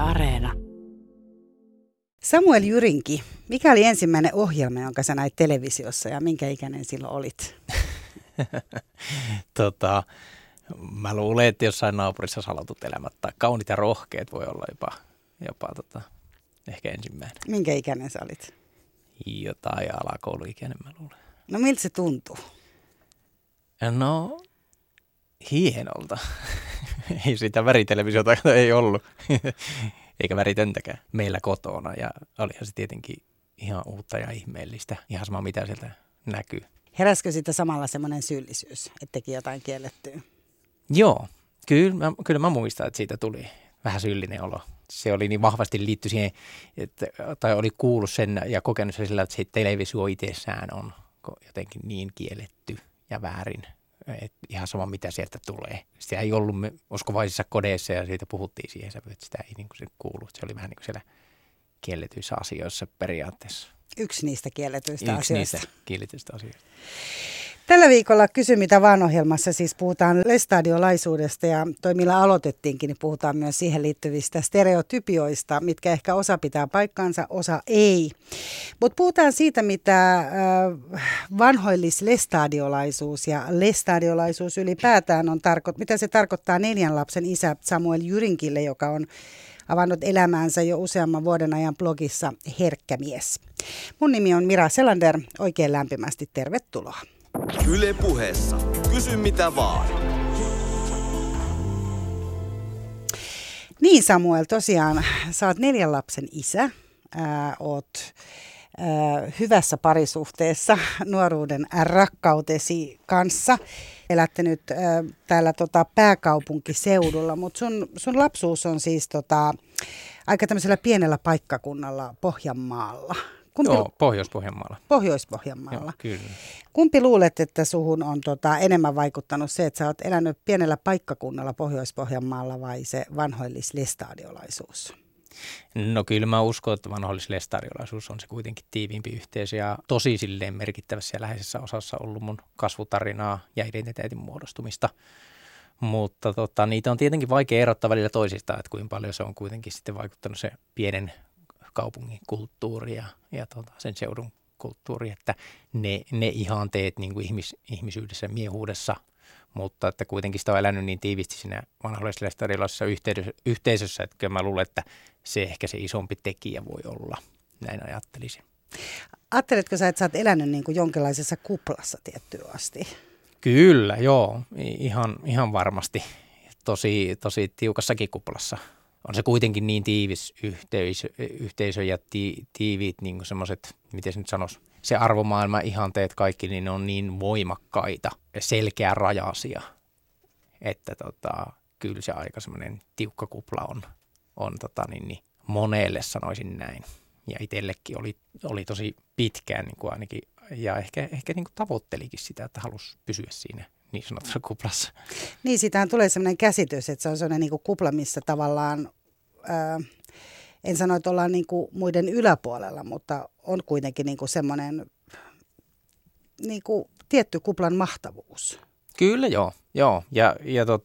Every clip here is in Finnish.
Areena. Samuel Jyrinki, mikä oli ensimmäinen ohjelma, jonka sä näit televisiossa ja minkä ikäinen silloin olit? Mä luulen, että jossain naapurissa salatut elämät tai kaunit ja rohkeat voi olla jopa ehkä ensimmäinen. Minkä ikäinen sä olit? Jotain alakouluikäinen mä luulen. No miltä se tuntuu? No, hienolta. Ei sitä värittelevisiota ei ollut, eikä väritöntäkään meillä kotona. Ja olihan se tietenkin ihan uutta ja ihmeellistä, ihan sama mitä sieltä näkyy. Heräskö sitä samalla semmoinen syyllisyys, että teki jotain kiellettyä? Joo, kyllä mä muistan, että siitä tuli vähän syyllinen olo. Se oli niin vahvasti liitty siihen, tai oli kuullut sen ja kokenut sen sillä, että se televisio itsessään on jotenkin niin kielletty ja väärin. Että ihan sama mitä sieltä tulee. Sitä ei ollut uskovaisissa kodeissa ja siitä puhuttiin siihen, että sitä ei niin kuin se kuulu. Se oli vähän niin kuin siellä kielletyissä asioissa periaatteessa. Yksi niistä kielletyistä asioista. Tällä viikolla Kysy mitä vaan -ohjelmassa siis puhutaan lestadiolaisuudesta ja toi millä aloitettiinkin, niin puhutaan myös siihen liittyvistä stereotypioista, mitkä ehkä osa pitää paikkaansa, osa ei. Mutta puhutaan siitä, mitä vanhoillis-lestadiolaisuus ja lestadiolaisuus ylipäätään on mitä se tarkoittaa 4 lapsen isä Samuel Jyrinkille, joka on avannut elämäänsä jo useamman vuoden ajan blogissa Herkkä mies. Mun nimi on Mira Selander, oikein lämpimästi tervetuloa. Yle Puheessa. Kysy mitä vaan. Niin Samuel, tosiaan sä oot 4 lapsen isä, oot hyvässä parisuhteessa nuoruuden rakkautesi kanssa. Elätte nyt täällä pääkaupunkiseudulla, mutta sun lapsuus on siis aika tämmöisellä pienellä paikkakunnalla Pohjanmaalla. Pohjois-Pohjanmaalla. Pohjois-Pohjanmaalla. Joo, kyllä. Kumpi luulet, että suhun on enemmän vaikuttanut se, että sä oot elänyt pienellä paikkakunnalla Pohjois-Pohjanmaalla vai se vanhoillis-lestadiolaisuus? No kyllä mä uskon, että vanhoillis-lestadiolaisuus on se kuitenkin tiiviimpi yhteisö ja tosi silleen merkittävässä ja läheisessä osassa ollut mun kasvutarinaa ja identiteetin muodostumista. Mutta niitä on tietenkin vaikea erottaa välillä toisistaan, että kuinka paljon se on kuitenkin sitten vaikuttanut se pienen kaupungin kulttuuri ja sen seudun kulttuuri, että ne ihanteet niin kuin ihmisyydessä ja miehuudessa, mutta että kuitenkin sitä on elänyt niin tiivisti siinä vanhoillis-lestadiolaisessa yhteisössä, että mä luulen, että se ehkä se isompi tekijä voi olla, näin ajattelisin. Ajatteletko sä, että sä oot elänyt niin kuin jonkinlaisessa kuplassa tiettyä asti? Kyllä, joo, ihan varmasti, tosi tiukassakin kuplassa. On se kuitenkin niin tiivis yhteisö ja tiiviit niin kuin semmoiset, miten se nyt sanoisi, se arvomaailma, ihanteet kaikki, niin ne on niin voimakkaita ja selkeärajaisia, että kyllä se aika semmoinen tiukka kupla on monelle sanoisin näin. Ja itsellekin oli tosi pitkään niin kuin ainakin, ja ehkä niin kuin tavoittelikin sitä, että halusi pysyä siinä niin sanotussa kuplassa. Niin, siitähän tulee sellainen käsitys, että se on sellainen niin kuin kupla, missä tavallaan, en sano, että ollaan niin kuin muiden yläpuolella, mutta on kuitenkin niin kuin semmoinen niin kuin tietty kuplan mahtavuus. Kyllä joo. Ja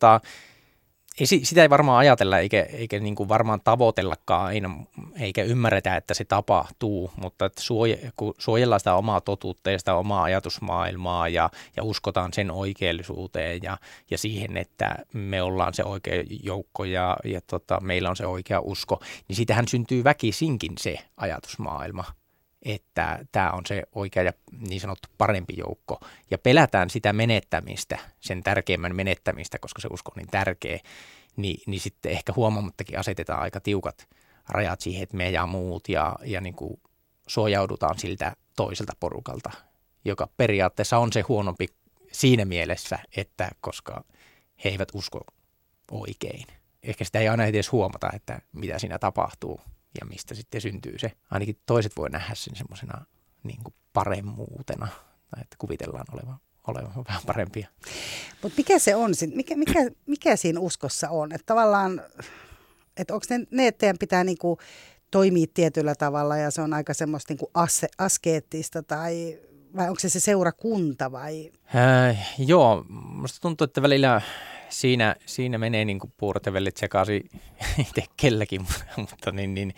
sitä ei varmaan ajatella eikä niin kuin varmaan tavoitellakaan aina, eikä ymmärretä, että se tapahtuu, mutta että kun suojellaan sitä omaa totuutta ja sitä omaa ajatusmaailmaa ja uskotaan sen oikeellisuuteen ja siihen, että me ollaan se oikea joukko ja meillä on se oikea usko, niin siitähän syntyy väkisinkin se ajatusmaailma, että tämä on se oikea ja niin sanottu parempi joukko. Ja pelätään sitä menettämistä, sen tärkeimmän menettämistä, koska se usko on niin tärkeä, niin sitten ehkä huomaamattakin asetetaan aika tiukat rajat siihen, että me ja muut ja niin kuin suojaudutaan siltä toiselta porukalta, joka periaatteessa on se huonompi siinä mielessä, että koska he eivät usko oikein. Ehkä sitä ei aina edes huomata, että mitä siinä tapahtuu. Ja mistä sitten syntyy se. Ainakin toiset voi nähdä sen semmoisena niin kuin paremmuutena, tai että kuvitellaan olevan vähän parempia. Mutta mikä se on, mikä siinä uskossa on? Että tavallaan, että onko ne että teidän pitää niinku toimia tietyllä tavalla ja se on aika semmoista niinku askeettista vai onko se seurakunta vai? Joo, musta tuntuu, että välillä siinä menee niin kuin puurot ja vellit sekaisin itse kelläkin, mutta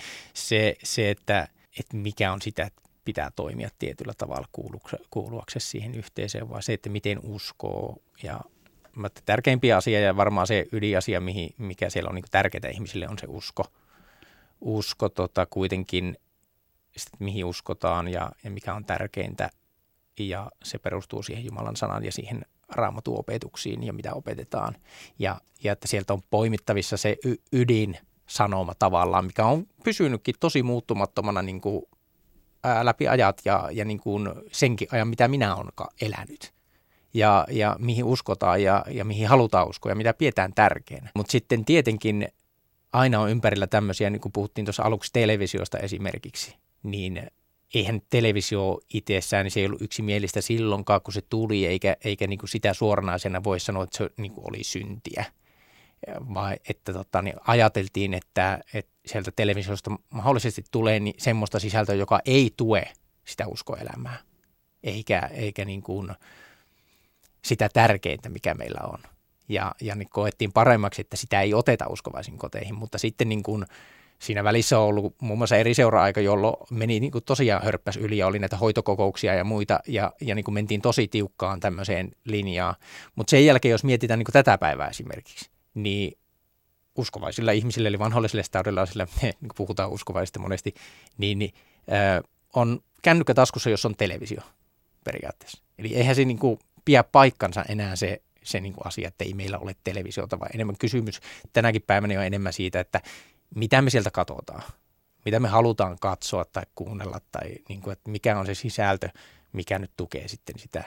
se että mikä on sitä, että pitää toimia tietyllä tavalla kuuluaksesi siihen yhteisöön, vaan se, että miten uskoo. Ja tärkeimpiä asia ja varmaan se ydinasia, mikä siellä on niin kuin tärkeää ihmisille, on se usko. Usko kuitenkin, mihin uskotaan ja mikä on tärkeintä. Ja se perustuu siihen Jumalan sanan ja siihen Raamatun opetuksiin ja mitä opetetaan. Ja että sieltä on poimittavissa se ydinsanoma tavallaan, mikä on pysynytkin tosi muuttumattomana niin kuin läpi ajat ja niin kuin senkin ajan, mitä minä olen elänyt. Ja mihin uskotaan ja mihin halutaan uskoa ja mitä pidetään tärkeänä. Mutta sitten tietenkin aina on ympärillä tämmöisiä, niin kuin puhuttiin tuossa aluksi televisiosta esimerkiksi, niin eihän televisio itsessään, niin se ei ollut yksimielistä silloinkaan, kun se tuli, eikä niin kuin sitä suoranaisena voi sanoa, että se niin kuin oli syntiä. Vai että niin ajateltiin, että sieltä televisiosta mahdollisesti tulee semmoista sisältöä, joka ei tue sitä uskoelämää, eikä niin kuin sitä tärkeintä, mikä meillä on. Ja niin koettiin paremmaksi, että sitä ei oteta uskovaisiin koteihin, mutta sitten niin kuin siinä välissä on ollut muun muassa eri seura-aika, jolloin meni niin kuin tosiaan hörppäs yli ja oli näitä hoitokokouksia ja muita ja niin kuin mentiin tosi tiukkaan tämmöiseen linjaan. Mutta sen jälkeen, jos mietitään niin kuin tätä päivää esimerkiksi, niin uskovaisilla ihmisillä eli vanhollisille staudilaisille, niin kuin puhutaan uskovaisista monesti, niin on kännykkä taskussa, jos on televisio periaatteessa. Eli eihän se niin kuin pidä paikkansa enää se niin kuin asia, että ei meillä ole televisiota, vaan enemmän kysymys tänäkin päivänä on enemmän siitä, että mitä me sieltä katsotaan, mitä me halutaan katsoa tai kuunnella tai niin kuin, että mikä on se sisältö, mikä nyt tukee sitten sitä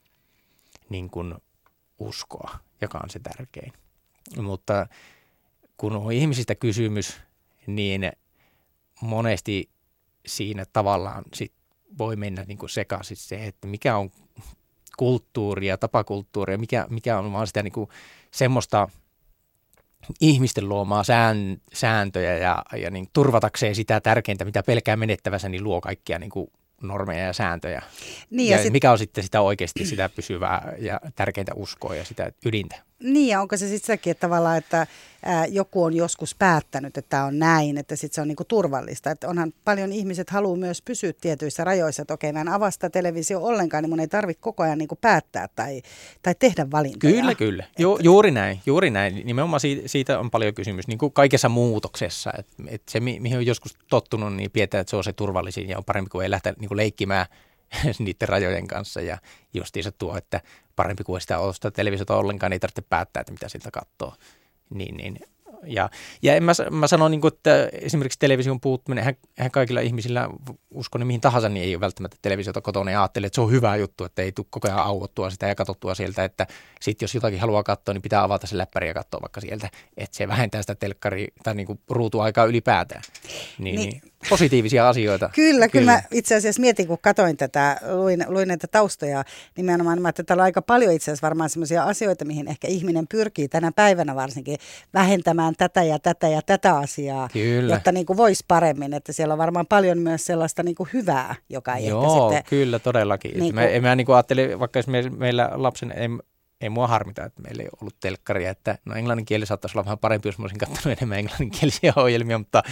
niin kuin uskoa, joka on se tärkein. Mutta kun on ihmisistä kysymys, niin monesti siinä tavallaan sit voi mennä niin kuin sekaisin se, että mikä on kulttuuria, tapakulttuuria, mikä on vaan sitä niin kuin semmoista ihmisten luomaa sääntöjä ja niin turvatakseen sitä tärkeintä, mitä pelkää menettävänsä, niin luo kaikkia niin kuin normeja ja sääntöjä. Niin ja mikä on sitten sitä oikeasti sitä pysyvää ja tärkeintä uskoa ja sitä ydintä. Niin ja onko se sitten sekin, että tavallaan, että joku on joskus päättänyt, että tämä on näin, että sitten se on niinku turvallista. Että onhan paljon ihmiset haluaa myös pysyä tietyissä rajoissa, että okei, mä en avaa sitä televisio ollenkaan, niin mun ei tarvitse koko ajan niinku päättää tai tehdä valintoja. Kyllä. Juuri näin. Nimenomaan siitä on paljon kysymys, niin kuin kaikessa muutoksessa. Että se, mihin on joskus tottunut, niin pidetään, että se on se turvallisin ja on parempi kuin ei lähteä niin kuin leikkimään niiden rajojen kanssa ja justiinsa tuo, että parempi kuin sitä ostaa televisiota ollenkaan, ei tarvitse päättää, että mitä siltä katsoo. Ja mä sanon, niin kuin, että esimerkiksi television puuttuminen, eihän kaikilla ihmisillä usko ne mihin tahansa, niin ei ole välttämättä televisiota kotona ja ajattelee, että se on hyvä juttu, että ei tule koko ajan auottua sitä ja katsottua sieltä, että sitten jos jotakin haluaa katsoa, niin pitää avata se läppäri ja katsoa vaikka sieltä, että se vähentää sitä telkkaria tai niin kuin ruutuaikaa ylipäätään. Niin. Positiivisia asioita. Kyllä mä itse asiassa mietin, kun katsoin tätä, luin näitä taustoja, nimenomaan, että täällä on aika paljon itse asiassa varmaan sellaisia asioita, mihin ehkä ihminen pyrkii tänä päivänä varsinkin vähentämään tätä ja tätä asiaa, kyllä. Jotta niin kuin voisi paremmin, että siellä on varmaan paljon myös sellaista niin kuin hyvää, joka ei ehkä sitten... Kyllä, todellakin. Niin mä niin kuin ajattelin, vaikka jos meillä lapsen... Ei mua harmita, että meillä ei ollut telkkaria, että no englannin kieli saattaisi olla vähän parempi, jos mä olisin katsonut enemmän englanninkielisiä ohjelmia, mutta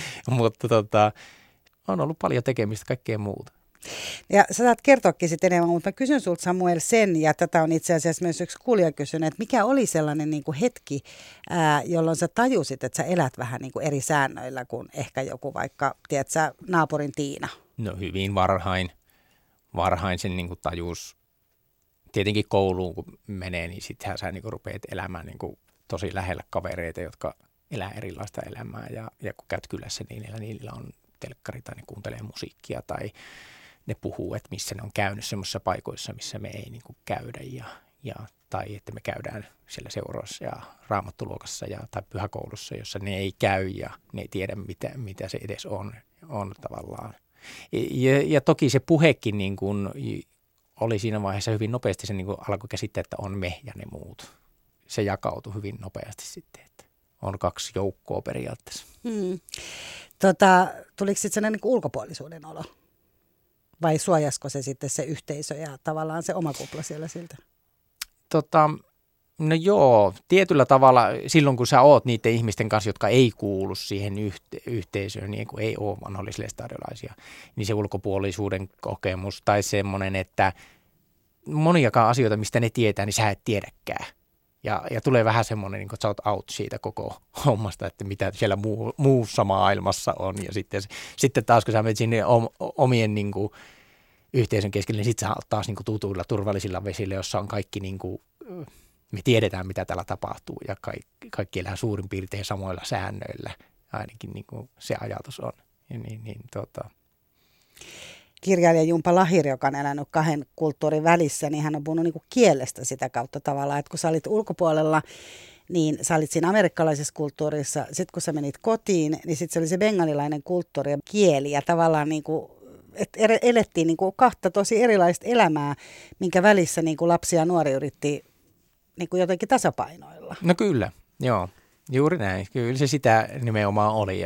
on ollut paljon tekemistä, kaikkea muuta. Ja sä saat kertoakin sitten enemmän, mutta mä kysyn sulta Samuel sen, ja tätä on itse asiassa myös yksi kuulija kysynyt, että mikä oli sellainen niin kuin hetki, jolloin sä tajusit, että sä elät vähän niin kuin eri säännöillä kuin ehkä joku vaikka, tiedätkö, naapurin Tiina? No hyvin varhain sen niin kuin tajus. Tietenkin kouluun, kun menee, niin sittenhän sä niin rupeat elämään niin tosi lähellä kavereita, jotka elää erilaista elämää. Ja kun käyt kylässä, niin niillä on telkkari tai ne kuuntelee musiikkia tai ne puhuu, että missä ne on käynyt semmoisissa paikoissa, missä me ei niin käydä. Tai että me käydään siellä seuroissa ja raamattuluokassa tai pyhäkoulussa, jossa ne ei käy ja ne ei tiedä, mitä se edes on tavallaan. Ja toki se puhekin niin kuin... oli siinä vaiheessa hyvin nopeasti, se niin kuin alkoi käsittää, että on me ja ne muut. Se jakautui hyvin nopeasti sitten, että on kaksi joukkoa periaatteessa. Tuliko sitten sellainen niin kuin ulkopuolisuuden olo? Vai suojasko se sitten se yhteisö ja tavallaan se oma kupla siellä siltä? No joo, tietyllä tavalla silloin kun sä oot niiden ihmisten kanssa, jotka ei kuulu siihen yhteisöön, niin kuin ei ole vanhollislestadiolaisia, niin se ulkopuolisuuden kokemus tai semmoinen, että moniakaan asioita, mistä ne tietää, niin sä et tiedäkään. Ja tulee vähän semmoinen, niin kuin, että sä oot out siitä koko hommasta, että mitä siellä muussa maailmassa on. Ja sitten taas, kun sä menet sinne omien niin kuin, yhteisön keskelle, niin sitten sä oot taas niin kuin, tutuilla, turvallisilla vesillä, jossa on kaikki, niin kuin, me tiedetään, mitä täällä tapahtuu. Ja kaikki elää suurin piirtein samoilla säännöillä, ainakin niin kuin se ajatus on. Kirjailija Jumpa Lahiri, joka on elänyt kahden kulttuurin välissä, niin hän on puhunut niin kuin kielestä sitä kautta tavallaan, että kun sä olit ulkopuolella, niin sä olit siinä amerikkalaisessa kulttuurissa, sitten kun sä menit kotiin, niin sitten se oli se bengalilainen kulttuuri ja kieli ja tavallaan niin kuin, että elettiin niin kuin kahta tosi erilaista elämää, minkä välissä niin kuin lapsi ja nuori yritti niin kuin jotenkin tasapainoilla. No kyllä, joo, juuri näin. Kyllä se sitä nimenomaan oli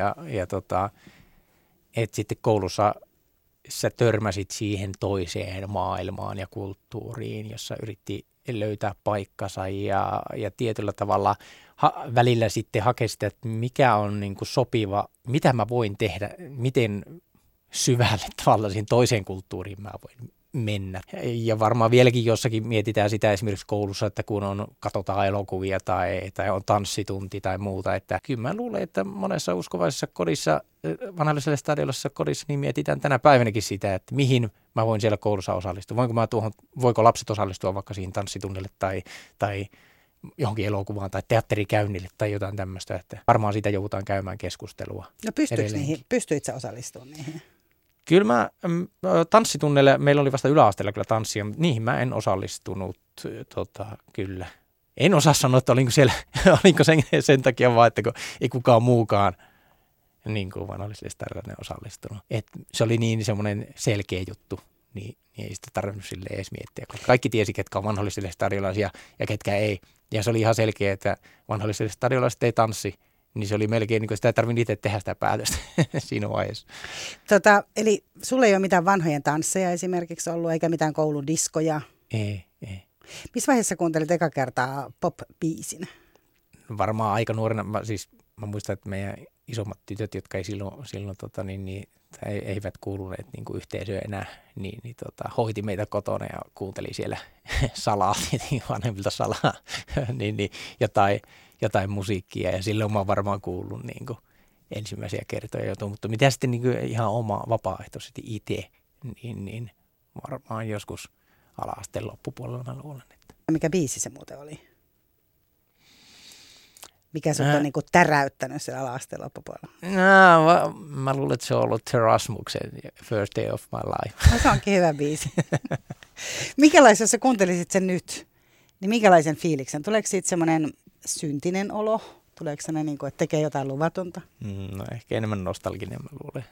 että sitten koulussa sä törmäsit siihen toiseen maailmaan ja kulttuuriin, jossa yritti löytää paikkansa ja tietyllä tavalla välillä sitten hakea sitä, että mikä on niin kuin sopiva, mitä mä voin tehdä, miten syvälle tavalla siihen toiseen kulttuuriin mä voin mennä. Ja varmaan vieläkin jossakin mietitään sitä esimerkiksi koulussa, että kun katsotaan elokuvia tai on tanssitunti tai muuta, että kyllä mä luulen, että monessa uskovaisessa kodissa, vanhallisella stadiolassa kodissa, niin mietitään tänä päivänäkin sitä, että mihin mä voin siellä koulussa osallistua. Voiko lapset osallistua vaikka siihen tanssitunnille tai johonkin elokuvaan tai teatterikäynnille tai jotain tämmöistä, että varmaan siitä joudutaan käymään keskustelua. No pystyit sä osallistumaan niihin? Kyllä mä tanssitunneille, meillä oli vasta yläasteella kyllä tanssia, mutta niihin mä en osallistunut kyllä. En osaa sanoa, että olinko sen takia vaan, että kun ei kukaan muukaan niin kuin vanhollislestadiolainen osallistunut. Et se oli niin semmoinen selkeä juttu, niin ei sitä tarvinnut silleen edes miettiä. Kaikki tiesi, ketkä on vanhollislestadiolaisia ja ketkä ei. Ja se oli ihan selkeä, että vanhollislestadiolaiset ei tanssi. Niin se oli melkein, niin kuin sitä ei tarvinnut itse tehdä sitä päätöstä siinä vaiheessa. Eli sulla ei ole mitään vanhojen tansseja esimerkiksi ollut, eikä mitään kouludiskoja? Ei. Missä vaiheessa kuuntelit eka kertaa pop-biisin? Varmaan aika nuorena. Mä muistan, että meidän isommat tytöt, jotka ei silloin eivät kuuluneet niin kuin yhteisöön enää, niin hoiti meitä kotona ja kuunteli siellä salaa, vanhemmilta salaa, niin jotain musiikkia, ja silloin mä oon varmaan kuullut niin kuin ensimmäisiä kertoja jotain, mutta mitä sitten niin kuin ihan oma vapaaehtoisesti itse, niin varmaan joskus ala-asteen loppupuolella mä luulen. Että. Mikä biisi se muuten oli? Mikä sut on niin kuin täräyttänyt siellä ala-asteen loppupuolella? No, mä luulen, että se on ollut Terasmuksen First Day of My Life. No, se onkin hyvä biisi. Mikälaisen, jos sä kuuntelisit sen nyt, niin minkälaisen fiiliksen? Tuleeko siitä semmoinen syntinen olo? Tuleeko sellainen, niin kuin, että tekee jotain luvatonta? No ehkä enemmän nostalginen, mä luulen.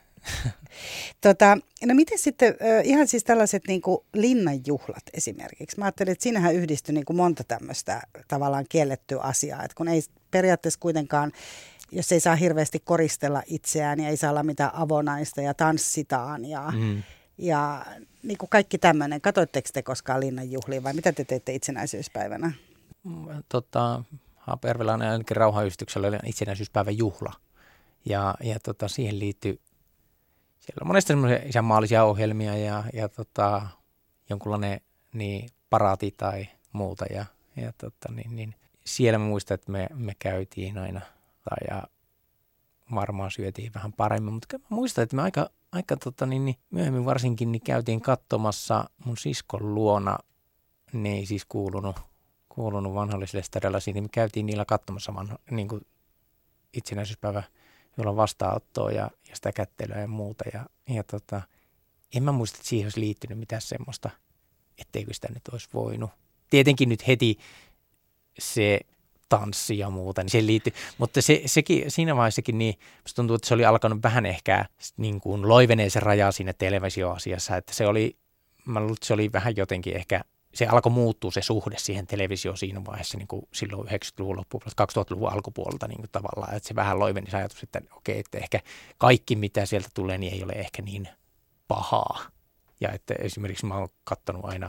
No miten sitten ihan siis tällaiset niin kuin linnanjuhlat esimerkiksi? Mä ajattelin, että siinähän yhdistyi niin kuin monta tämmöistä tavallaan kiellettyä asiaa. Että kun ei periaatteessa kuitenkaan, jos ei saa hirveästi koristella itseään ja ei saa olla mitään avonaista ja tanssitaan ja niin kuin kaikki tämmöinen. Katoitteko te koskaan linnanjuhliin vai mitä te teitte itsenäisyyspäivänä? Haapajärvellä on ainakin rauhanyhdistyksellä oli itsenäisyyspäivän juhla ja siihen liittyy siellä on monesti semmoisia isänmaallisia ohjelmia ja jonkunlainen paraati tai muuta ja siellä mä muistan, että me käytiin aina ja varmaan syötiin vähän paremmin, mutta mä muistan, että me aika myöhemmin varsinkin niin käytiin katsomassa mun siskon luona, ne ei siis kuulunut vanhollisille stadiolaisiin, niin me käytiin niillä katsomassa niin kuin itsenäisyyspäivä, jolla on vastaanottoa ja sitä kättelyä ja muuta. Ja en mä muista, että siihen olisi liittynyt mitään semmoista, etteikö sitä nyt olisi voinut. Tietenkin nyt heti se tanssi ja muuta, niin se liittyy. Mutta siinä vaiheessakin niin musta tuntuu, että se oli alkanut vähän ehkä niin kuin loiveneen se raja siinä televisioasiassa. Että mä luulen, että se oli vähän jotenkin ehkä, se alkoi muuttua se suhde siihen televisioon siinä vaiheessa niin kuin silloin 90-luvun loppupuolelta, 2000-luvun alkupuolelta niin kuin tavallaan, että se vähän loiveni se ajatus, että okei, että ehkä kaikki mitä sieltä tulee, niin ei ole ehkä niin pahaa. Ja että esimerkiksi mä oon katsonut aina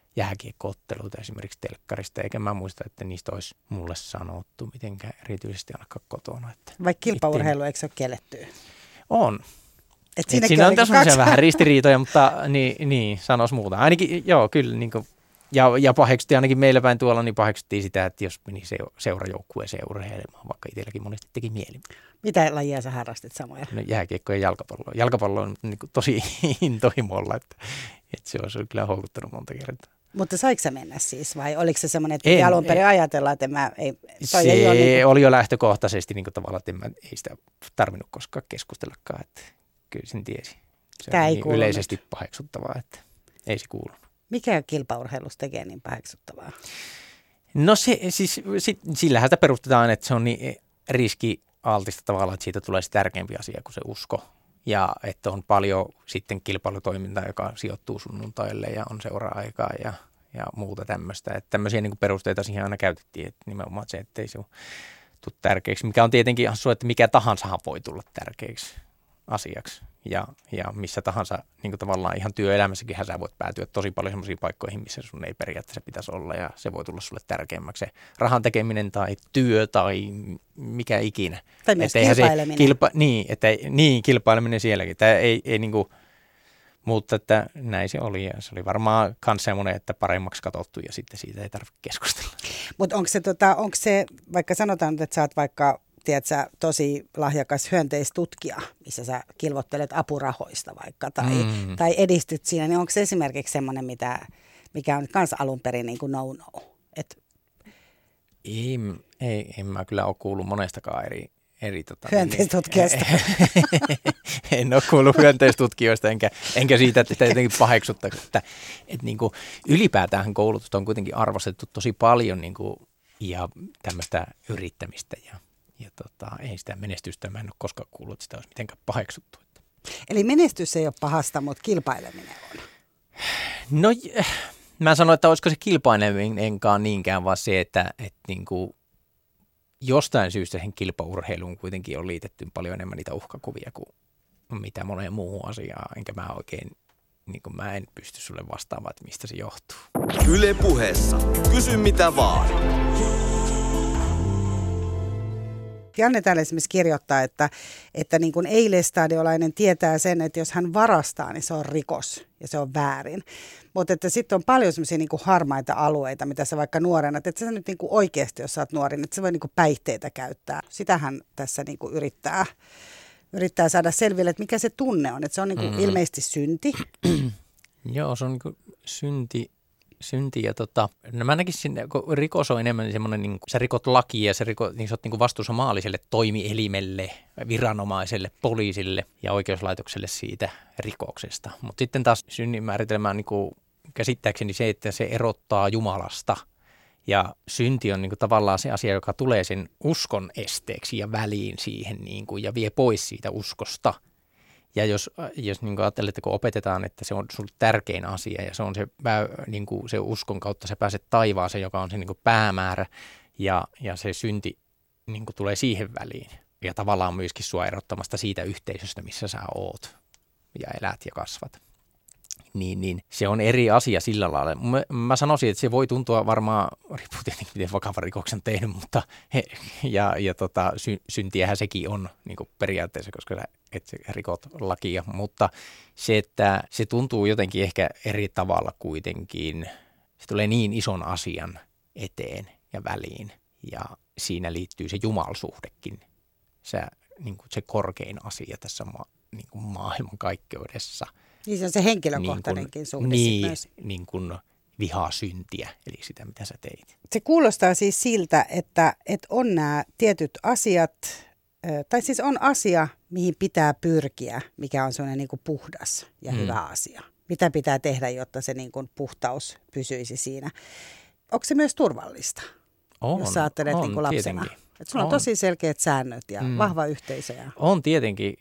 jääkiekko-otteluita esimerkiksi telkkarista, eikä mä muista, että niistä olisi mulle sanottu mitenkään erityisesti ainakaan kotona. Että Vaikka kilpaurheilu, eikö se ole kiellettyä? On. Siinä on tässä vähän ristiriitoja, mutta niin sanoisi muuta. Ainakin, joo, kyllä. Niin kuin, ja paheksuttiin ainakin meillä päin tuolla, niin paheksuttiin sitä, että jos meni seurajoukkueeseen urheilemaan, vaikka itselläkin monesti teki mieli. Mitä lajia sä harrastit Samuel? No, jääkiekko ja jalkapallo. Jalkapallo on niin kuin tosi intohimolla, että se olisi kyllä houkuttanut monta kertaa. Mutta saiko sä mennä siis vai oliko se semmoinen, että piti alun perin ajatella, että se ei ole niin kuin oli jo lähtökohtaisesti niin kuin tavallaan, että ei sitä tarvinnut koskaan keskustellakaan, että kyllä sen tiesi. Se on niin yleisesti paheksuttavaa, että ei se kuulu. Mikä kilpaurheilusta tekee niin paheksuttavaa? No sillähän sitä perustetaan, että se on niin riskialtista tavallaan, että siitä tulee se tärkeämpi asia kuin se usko. Ja että on paljon sitten kilpailutoimintaa, joka sijoittuu sunnuntaille ja on seura-aikaa ja muuta tämmöistä. Että tämmöisiä niin kuin perusteita siihen aina käytettiin, että nimenomaan se, ettei se tule tärkeäksi. Mikä on tietenkin hassua, että mikä tahansahan voi tulla tärkeäksi asiaksi. Ja missä tahansa niin kuin tavallaan ihan työelämässäkin sä voit päätyä tosi paljon semmoisiin paikkoihin, missä sun ei periaatteessa pitäisi olla. Ja se voi tulla sulle tärkeämmäksi se rahan tekeminen tai työ tai mikä ikinä. Tai myös kilpaileminen. Kilpaileminen sielläkin. Tämä ei niin kuin, mutta että näin se oli. Ja se oli varmaan myös semmoinen, että paremmaksi katsottu ja sitten siitä ei tarvitse keskustella. Mutta onko se, vaikka sanotaan, että sä oot vaikka tiedätkö, tosi lahjakas hyönteistutkija, missä sä kilvottelet apurahoista vaikka tai edistyt siinä, niin onko se esimerkiksi semmoinen, mikä on myös alun perin niin kuin no-no? En mä kyllä ole kuullut monestakaan eri hyönteistutkijasta. En ole kuullut hyönteistutkijoista, enkä siitä, että sitä jotenkin paheksuttaa. Että niin kuin ylipäätään koulutusta on kuitenkin arvostettu tosi paljon niin kuin, ja tämmöistä yrittämistä ja ei sitä menestystä, mä en ole koskaan kuullut, että sitä olisi mitenkään paheksuttu. Eli menestys ei ole pahasta, mutta kilpaileminen on. No mä sanoin, että olisiko se kilpaileminenkaan niinkään, vaan se, että niin kuin jostain syystä sen kilpaurheiluun kuitenkin on liitetty paljon enemmän niitä uhkakuvia kuin mitä moneen muuhun asiaan. Enkä mä oikein, niin kuin mä en pysty sulle vastaamaan, että mistä se johtuu. Yle Puheessa. Kysy mitä vaan. Janne täällä esimerkiksi kirjoittaa, että niin kuin eilestadiolainen tietää sen, että jos hän varastaa, niin se on rikos ja se on väärin. Mutta että sitten on paljon semmoisia niin kuin harmaita alueita, mitä sä vaikka nuorena, että sä nyt niin kuin oikeasti, jos sä oot nuori, että sä voi niin kuin päihteitä käyttää. Sitähän tässä niin kuin yrittää saada selville, että mikä se tunne on. Että se on niin kuin ilmeisesti synti. Joo, se on niin kuin synti ja no mä näkisin, kun rikos on enemmän semmoinen, niin sä rikot lakia ja niin sä oot niin vastuussa maalliselle toimielimelle, viranomaiselle, poliisille ja oikeuslaitokselle siitä rikoksesta. Mutta sitten taas synnin määritelmä on niin käsittääkseni se, että se erottaa Jumalasta. Ja synti on niin kuin tavallaan se asia, joka tulee sen uskon esteeksi ja väliin siihen niin kuin, ja vie pois siitä uskosta. Ja jos niin kuin ajattelet, että kun opetetaan, että se on sulle tärkein asia ja se on niin kuin se uskon kautta sä pääset taivaaseen, joka on se niin kuin päämäärä ja se synti niin kuin tulee siihen väliin. Ja tavallaan myöskin sua erottamasta siitä yhteisöstä, missä sä oot ja elät ja kasvat. Niin se on eri asia sillä lailla. Mä sanoisin, että se voi tuntua varmaan, riippuu tietenkin miten vakava rikoksen tehnyt, mutta syntiähän sekin on niin kuin periaatteessa, koska sä et rikot lakia, mutta se, että se tuntuu jotenkin ehkä eri tavalla kuitenkin, se tulee niin ison asian eteen ja väliin ja siinä liittyy se jumalsuhdekin, niin kuin se korkein asia tässä niin kuin maailmankaikkeudessa. Niin se on se henkilökohtainenkin suhde myös. Niin kuin vihaa syntiä, eli sitä mitä sä teit. Se kuulostaa siis siltä, että on nämä tietyt asiat, tai siis on asia, mihin pitää pyrkiä, mikä on sellainen niin kuin puhdas ja hyvä asia. Mitä pitää tehdä, jotta se niin kuin puhtaus pysyisi siinä. Onko se myös turvallista, jos sä ajattelet niin kuin lapsena? Että sulla on tosi selkeät säännöt ja vahva yhteisö. On tietenkin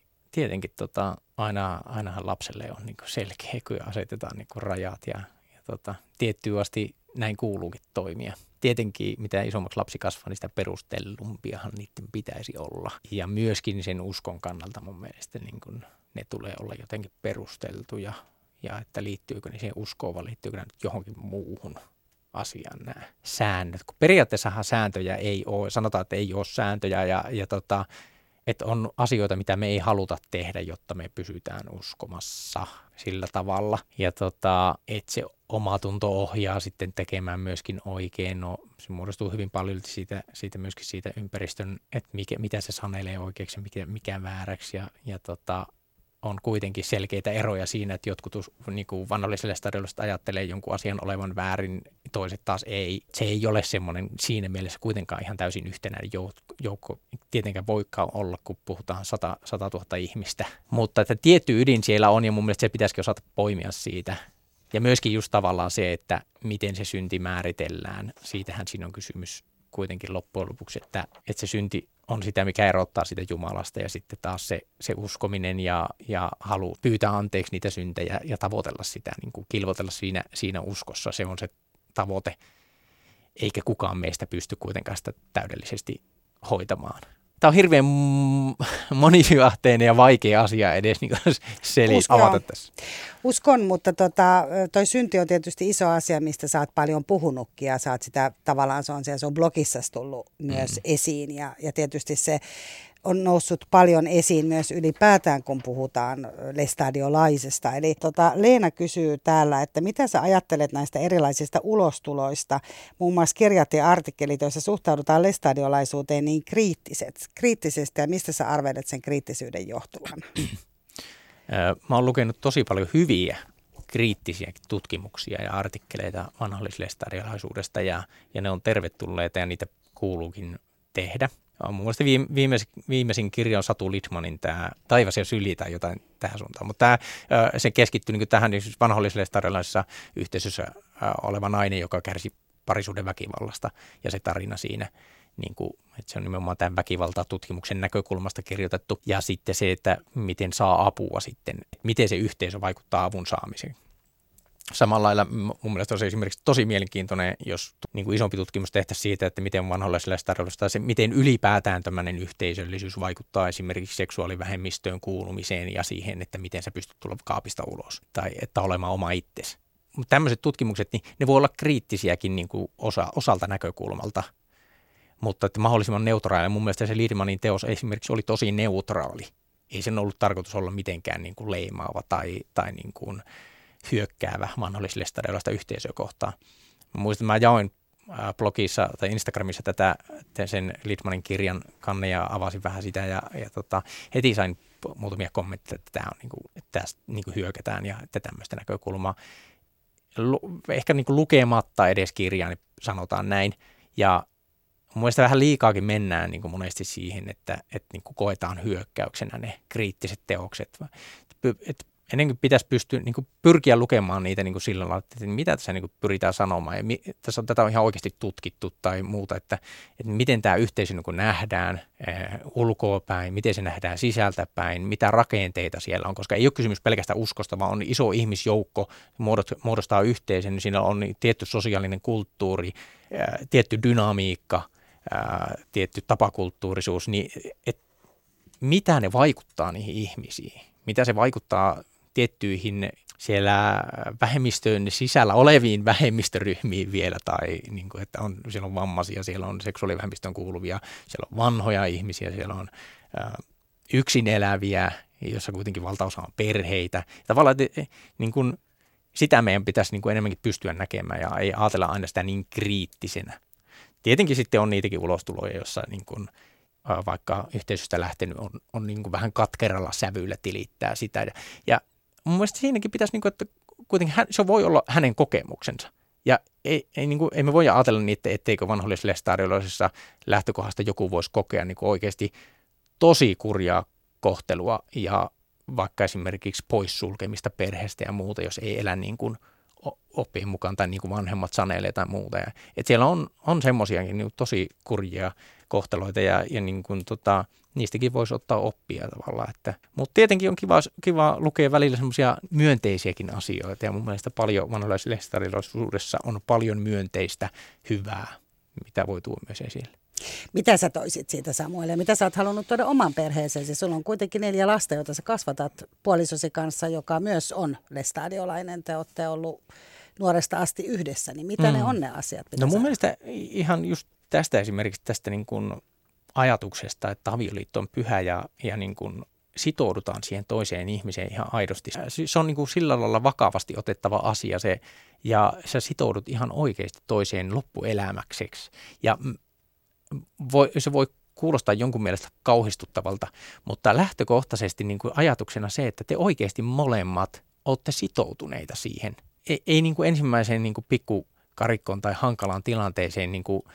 ainahan lapselle on niin kuin selkeä, kun asetetaan niin kuin rajat ja tiettyyn asti näin kuuluukin toimia. Tietenkin mitä isommaksi lapsi kasvaa, niin sitä perustellumpiahan niiden pitäisi olla. Ja myöskin sen uskon kannalta mun mielestä niin kuin ne tulee olla jotenkin perusteltuja ja että liittyykö ne siihen uskoon vai liittyykö ne nyt johonkin muuhun asiaan nämä säännöt. Kun periaatteessahan sääntöjä ei ole, sanotaan, että ei ole sääntöjä että on asioita, mitä me ei haluta tehdä, jotta me pysytään uskomassa sillä tavalla. Ja että se omatunto ohjaa sitten tekemään myöskin oikein. No, se muodostuu hyvin paljon siitä myöskin siitä ympäristön, että mitä se sanelee oikeaksi ja mikä vääräksi. Ja on kuitenkin selkeitä eroja siinä, että jotkut niin kuin vanholliselle stadionille ajattelee jonkun asian olevan väärin, toiset taas ei. Se ei ole semmoinen siinä mielessä kuitenkaan ihan täysin yhtenäinen joukko. Tietenkään voikaan olla, kun puhutaan 100 000 ihmistä. Mutta että tietty ydin siellä on ja mun mielestä se pitäisikin osata poimia siitä. Ja myöskin just tavallaan se, että miten se synti määritellään. Siitähän siinä on kysymys kuitenkin loppujen lopuksi, että se synti on sitä, mikä erottaa sitä Jumalasta ja sitten taas se uskominen ja halu pyytää anteeksi niitä syntejä ja tavoitella sitä, niin kuin kilvotella siinä uskossa. Se on se tavoite, eikä kukaan meistä pysty kuitenkaan sitä täydellisesti hoitamaan. Tämä on hirveän monisyvähteinen ja vaikea asia edes niin avata tässä. Uskon, mutta toi synti on tietysti iso asia, mistä sä oot paljon puhunutkin ja sä oot sitä tavallaan se on blogissa tullut myös esiin ja tietysti se on noussut paljon esiin myös ylipäätään, kun puhutaan lestadiolaisesta. Eli Leena kysyy täällä, että mitä sä ajattelet näistä erilaisista ulostuloista, muun muassa kirjat ja artikkelit, joissa suhtaudutaan lestadiolaisuuteen niin kriittisesti ja mistä sä arvelet sen kriittisyyden johtuvan? Mä oon lukenut tosi paljon hyviä kriittisiäkin tutkimuksia ja artikkeleita vanhollislestadiolaisuudesta ja ne on tervetulleita ja niitä kuuluukin tehdä. Mun mielestä viimeisin kirja on Satu Littmanin tämä Taivas ja syli tai jotain tähän suuntaan, mutta se keskittyy niin tähän niin vanhollislestadiolaisessa yhteisössä oleva nainen, joka kärsi parisuuden väkivallasta ja se tarina siinä, niin kuin, että se on nimenomaan tämän väkivaltatutkimuksen näkökulmasta kirjoitettu ja sitten se, että miten saa apua sitten, miten se yhteisö vaikuttaa avun saamiseen. Samalla lailla mun mielestä olisi esimerkiksi tosi mielenkiintoinen, jos niin kuin isompi tutkimus tehtäisiin siitä, että miten vanhollislestadiolaisuus tai se, miten ylipäätään tämmöinen yhteisöllisyys vaikuttaa esimerkiksi seksuaalivähemmistöön kuulumiseen ja siihen, että miten sä pystyt tulla kaapista ulos tai että olemaan oma itsesi. Mutta tämmöiset tutkimukset, niin ne voi olla kriittisiäkin niin kuin osalta näkökulmalta, mutta että mahdollisimman neutraali. Mun mielestä se Littmanin teos esimerkiksi oli tosi neutraali. Ei sen ollut tarkoitus olla mitenkään niin kuin leimaava tai niin kuin hyökkäävä vanhollislestadiolaista yhteisöä kohtaan. Mä muistan, että mä jaoin blogissa tai Instagramissa sen Littmanin kirjan kanne ja avasin vähän sitä ja heti sain muutamia kommentteja, että tämä on että tästä hyökätään ja että tämmöistä näkökulmaa. Ehkä lukematta edes kirjaa, niin sanotaan näin. Ja mun mielestä vähän liikaakin mennään monesti siihen, että koetaan hyökkäyksenä ne kriittiset teokset. Ennenkin pitäisi pyrkiä lukemaan niitä sillä lailla, että mitä tässä pyritään sanomaan. Ja tätä on ihan oikeasti tutkittu tai muuta, että miten tämä yhteisö nähdään ulkoapäin, miten se nähdään sisältäpäin, mitä rakenteita siellä on. Koska ei ole kysymys pelkästään uskosta, vaan on iso ihmisjoukko, muodostaa yhteisön, niin siinä on tietty sosiaalinen kulttuuri, tietty dynamiikka, tietty tapakulttuurisuus. Niin, mitä ne vaikuttaa niihin ihmisiin? Mitä se vaikuttaa tiettyihin siellä vähemmistöön sisällä oleviin vähemmistöryhmiin vielä, tai että siellä on vammaisia, siellä on seksuaalivähemmistöön kuuluvia, siellä on vanhoja ihmisiä, siellä on yksin eläviä, jossa kuitenkin valtaosa on perheitä. Tavallaan että, sitä meidän pitäisi enemmänkin pystyä näkemään ja ei ajatella aina sitä niin kriittisenä. Tietenkin sitten on niitäkin ulostuloja, jossa vaikka yhteisöstä lähtenyt on vähän katkeralla sävyllä tilittää sitä. Ja mun mielestä siinäkin pitäisi, että kuitenkin se voi olla hänen kokemuksensa. Ja ei me voi ajatella niin, etteikö vanhollislestadiolaisessa lähtökohdasta joku voisi kokea oikeasti tosi kurjaa kohtelua ja vaikka esimerkiksi poissulkemista perheestä ja muuta, jos ei elä oppien mukaan tai vanhemmat sanelee tai muuta. Ja, että siellä on semmoisiakin tosi kurjia kohteloita ja niistäkin voisi ottaa oppia tavallaan. Mutta tietenkin on kiva lukea välillä semmoisia myönteisiäkin asioita ja mun mielestä paljon vanhollislestadiolaisuudessa on paljon myönteistä hyvää, mitä voi tuoda myös esille. Mitä sä toisit siitä, Samuel, ja mitä sä oot halunnut tuoda oman perheeseesi? Sulla on kuitenkin 4 lasta, joita sä kasvatat puolisosi kanssa, joka myös on lestadiolainen. Te olette ollut nuoresta asti yhdessä, niin mitä ne on ne asiat? No mun mielestä ihan just tästä esimerkiksi tästä niin kuin ajatuksesta, että avioliitto on pyhä ja niin kuin sitoudutaan siihen toiseen ihmiseen ihan aidosti. Se on niin kuin sillä lailla vakavasti otettava asia se, ja sä sitoudut ihan oikeasti toiseen loppuelämäkseksi. Ja se voi kuulostaa jonkun mielestä kauhistuttavalta, mutta lähtökohtaisesti niin kuin ajatuksena se, että te oikeasti molemmat olette sitoutuneita siihen. Ei niin kuin ensimmäiseen niin kuin pikkukarikkoon tai hankalaan tilanteeseen niin kuin,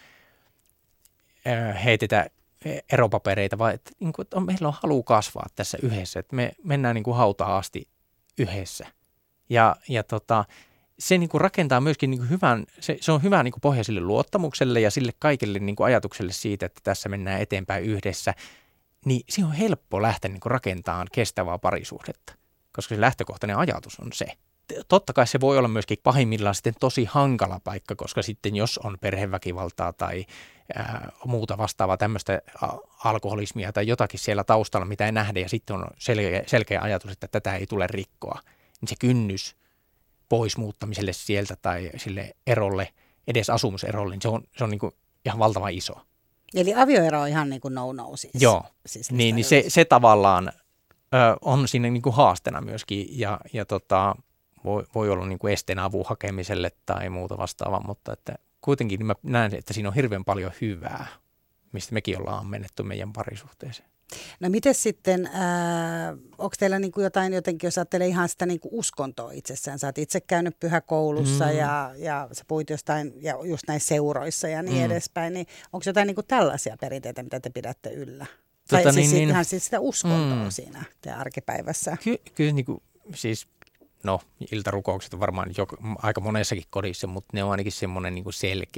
heitetä eropapereita, vaan että, niin kuin, että meillä on halu kasvaa tässä yhdessä, että me mennään niin kuin hautaan asti yhdessä. Ja se niin kuin rakentaa myöskin niin kuin hyvän, se on hyvä niin kuin pohja sille luottamukselle ja sille kaikille niin kuin ajatukselle siitä, että tässä mennään eteenpäin yhdessä, niin se on helppo lähteä niin kuin rakentamaan kestävää parisuhdetta, koska se lähtökohtainen ajatus on se. Totta kai se voi olla myöskin pahimmillaan sitten tosi hankala paikka, koska sitten jos on perheväkivaltaa tai muuta vastaavaa tämmöistä alkoholismia tai jotakin siellä taustalla, mitä ei nähdä ja sitten on selkeä ajatus, että tätä ei tule rikkoa, niin se kynnys pois muuttamiselle sieltä tai sille erolle, edes asumuserolle, niin se on niin kuin ihan valtavan iso. Eli avioero on ihan niin kuin no-no siis. Joo, siis niin se tavallaan on siinä niin kuin haasteena myöskin ja voi olla niin kuin esteenä avun hakemiselle tai muuta vastaavaa, mutta että kuitenkin mä näen, että siinä on hirveän paljon hyvää, mistä mekin ollaan ammennettu meidän parisuhteeseen. No miten sitten, onko teillä niin kuin jotain jotenkin, jos ajattelee ihan sitä niin kuin uskontoa itsessään, sä oot itse käynyt pyhäkoulussa ja sä puhuit jostain, ja just näissä seuroissa ja niin edespäin, niin onko jotain niin kuin tällaisia perinteitä, mitä te pidätte yllä? Tai siis ihan siis sitä uskontoa siinä teidän arkipäivässä? Kyllä niin kuin, siis iltarukoukset on varmaan aika monessakin kodissa, mutta ne on ainakin semmoinen niin kuin